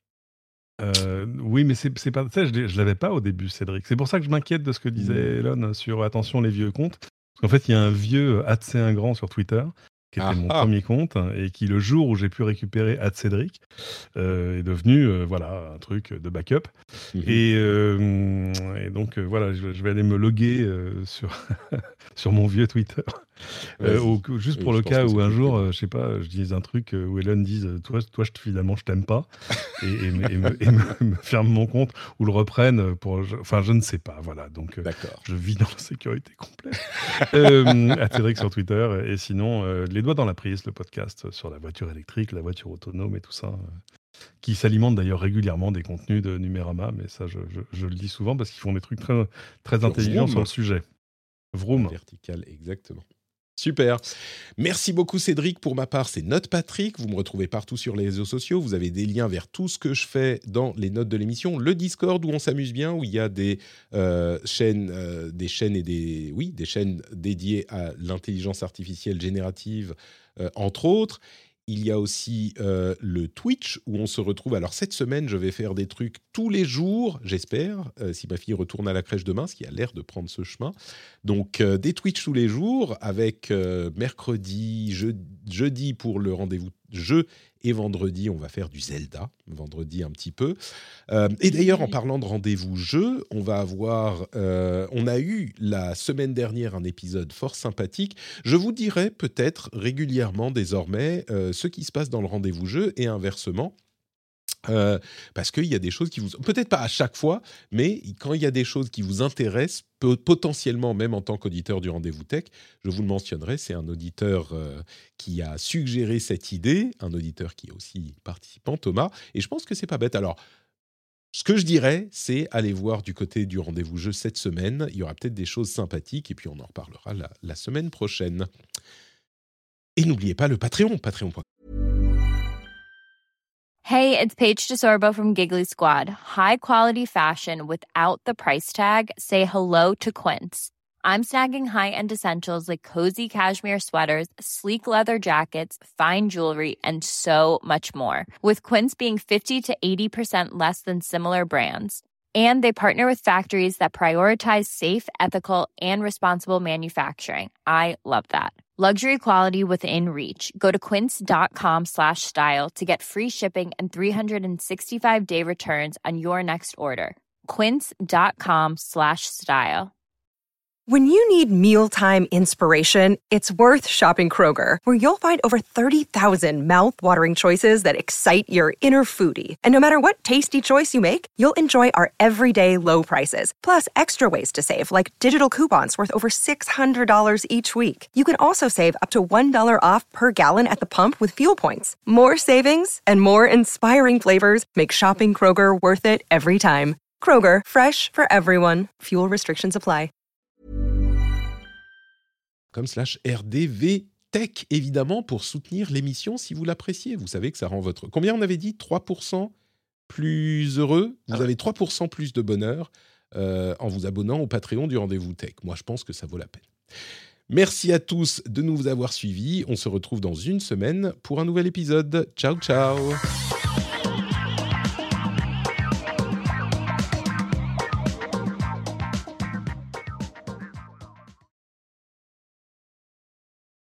Euh, oui, mais c'est, c'est pas ça, je ne l'avais pas au début, Cédric. C'est pour ça que je m'inquiète de ce que disait Elon sur attention les vieux comptes. Parce qu'en fait, il y a un vieux Ad C'est un grand sur Twitter, qui était ah, mon ah. premier compte, et qui, le jour où j'ai pu récupérer Ad Cédric, euh, est devenu euh, voilà, un truc de backup. Mm-hmm. Et, euh, et donc, euh, voilà, je, je vais aller me loguer euh, sur, sur mon vieux Twitter. Euh, au, juste pour oui, le cas où un jour, euh, je sais pas, je dise un truc où Elon dise toi, toi, je, finalement, je t'aime pas, et, et, me, et, me, et me, me ferme mon compte ou le reprenne pour, je, enfin, je ne sais pas, voilà. Donc, euh, je vis dans la sécurité complète. euh, à Cédric sur Twitter, et sinon, euh, les doigts dans la prise, le podcast sur la voiture électrique, la voiture autonome et tout ça. Euh, qui s'alimente d'ailleurs régulièrement des contenus de Numérama, mais ça, je, je, je le dis souvent parce qu'ils font des trucs très, très intelligents sur le sujet. Vroom. Vertical, exactement. Super. Merci beaucoup Cédric. Pour ma part, c'est Note Patrick. Vous me retrouvez partout sur les réseaux sociaux. Vous avez des liens vers tout ce que je fais dans les notes de l'émission. Le Discord où on s'amuse bien, où il y a des euh, chaînes, euh, des chaînes et des, oui, des chaînes dédiées à l'intelligence artificielle générative, euh, entre autres. Il y a aussi euh, le Twitch où on se retrouve. Alors cette semaine, je vais faire des trucs tous les jours, j'espère, euh, si ma fille retourne à la crèche demain, ce qui a l'air de prendre ce chemin. Donc euh, des Twitch tous les jours avec euh, mercredi, je, jeudi pour le rendez-vous jeu et vendredi, on va faire du Zelda, vendredi un petit peu. Euh, et d'ailleurs, en parlant de rendez-vous jeu, on va avoir, euh, on a eu la semaine dernière un épisode fort sympathique. Je vous dirai peut-être régulièrement désormais euh, ce qui se passe dans le rendez-vous jeu et inversement. Euh, parce qu'il y a des choses qui vous... Peut-être pas à chaque fois, mais quand il y a des choses qui vous intéressent, potentiellement même en tant qu'auditeur du Rendez-vous Tech, je vous le mentionnerai, c'est un auditeur euh, qui a suggéré cette idée, un auditeur qui est aussi participant, Thomas, et je pense que c'est pas bête. Alors, ce que je dirais, c'est aller voir du côté du Rendez-vous Jeu cette semaine, il y aura peut-être des choses sympathiques, et puis on en reparlera la, la semaine prochaine. Et n'oubliez pas le Patreon, patreon point com. Hey, it's Paige DeSorbo from Giggly Squad. High quality fashion without the price tag. Say hello to Quince. I'm snagging high-end essentials like cozy cashmere sweaters, sleek leather jackets, fine jewelry, and so much more. With Quince being fifty to eighty percent less than similar brands. And they partner with factories that prioritize safe, ethical, and responsible manufacturing. I love that. Luxury quality within reach. Go to quince.com slash style to get free shipping and three sixty-five day returns on your next order. Quince.com slash style. When you need mealtime inspiration, it's worth shopping Kroger, where you'll find over thirty thousand mouth-watering choices that excite your inner foodie. And no matter what tasty choice you make, you'll enjoy our everyday low prices, plus extra ways to save, like digital coupons worth over six hundred dollars each week. You can also save up to one dollar off per gallon at the pump with fuel points. More savings and more inspiring flavors make shopping Kroger worth it every time. Kroger, fresh for everyone. Fuel restrictions apply. Comme slash R D V Tech, évidemment, pour soutenir l'émission si vous l'appréciez. Vous savez que ça rend votre... Combien on avait dit ? trois pour cent plus heureux. Vous ah ouais. avez trois pour cent plus de bonheur euh, en vous abonnant au Patreon du Rendez-vous Tech. Moi, je pense que ça vaut la peine. Merci à tous de nous avoir suivis. On se retrouve dans une semaine pour un nouvel épisode. Ciao, ciao.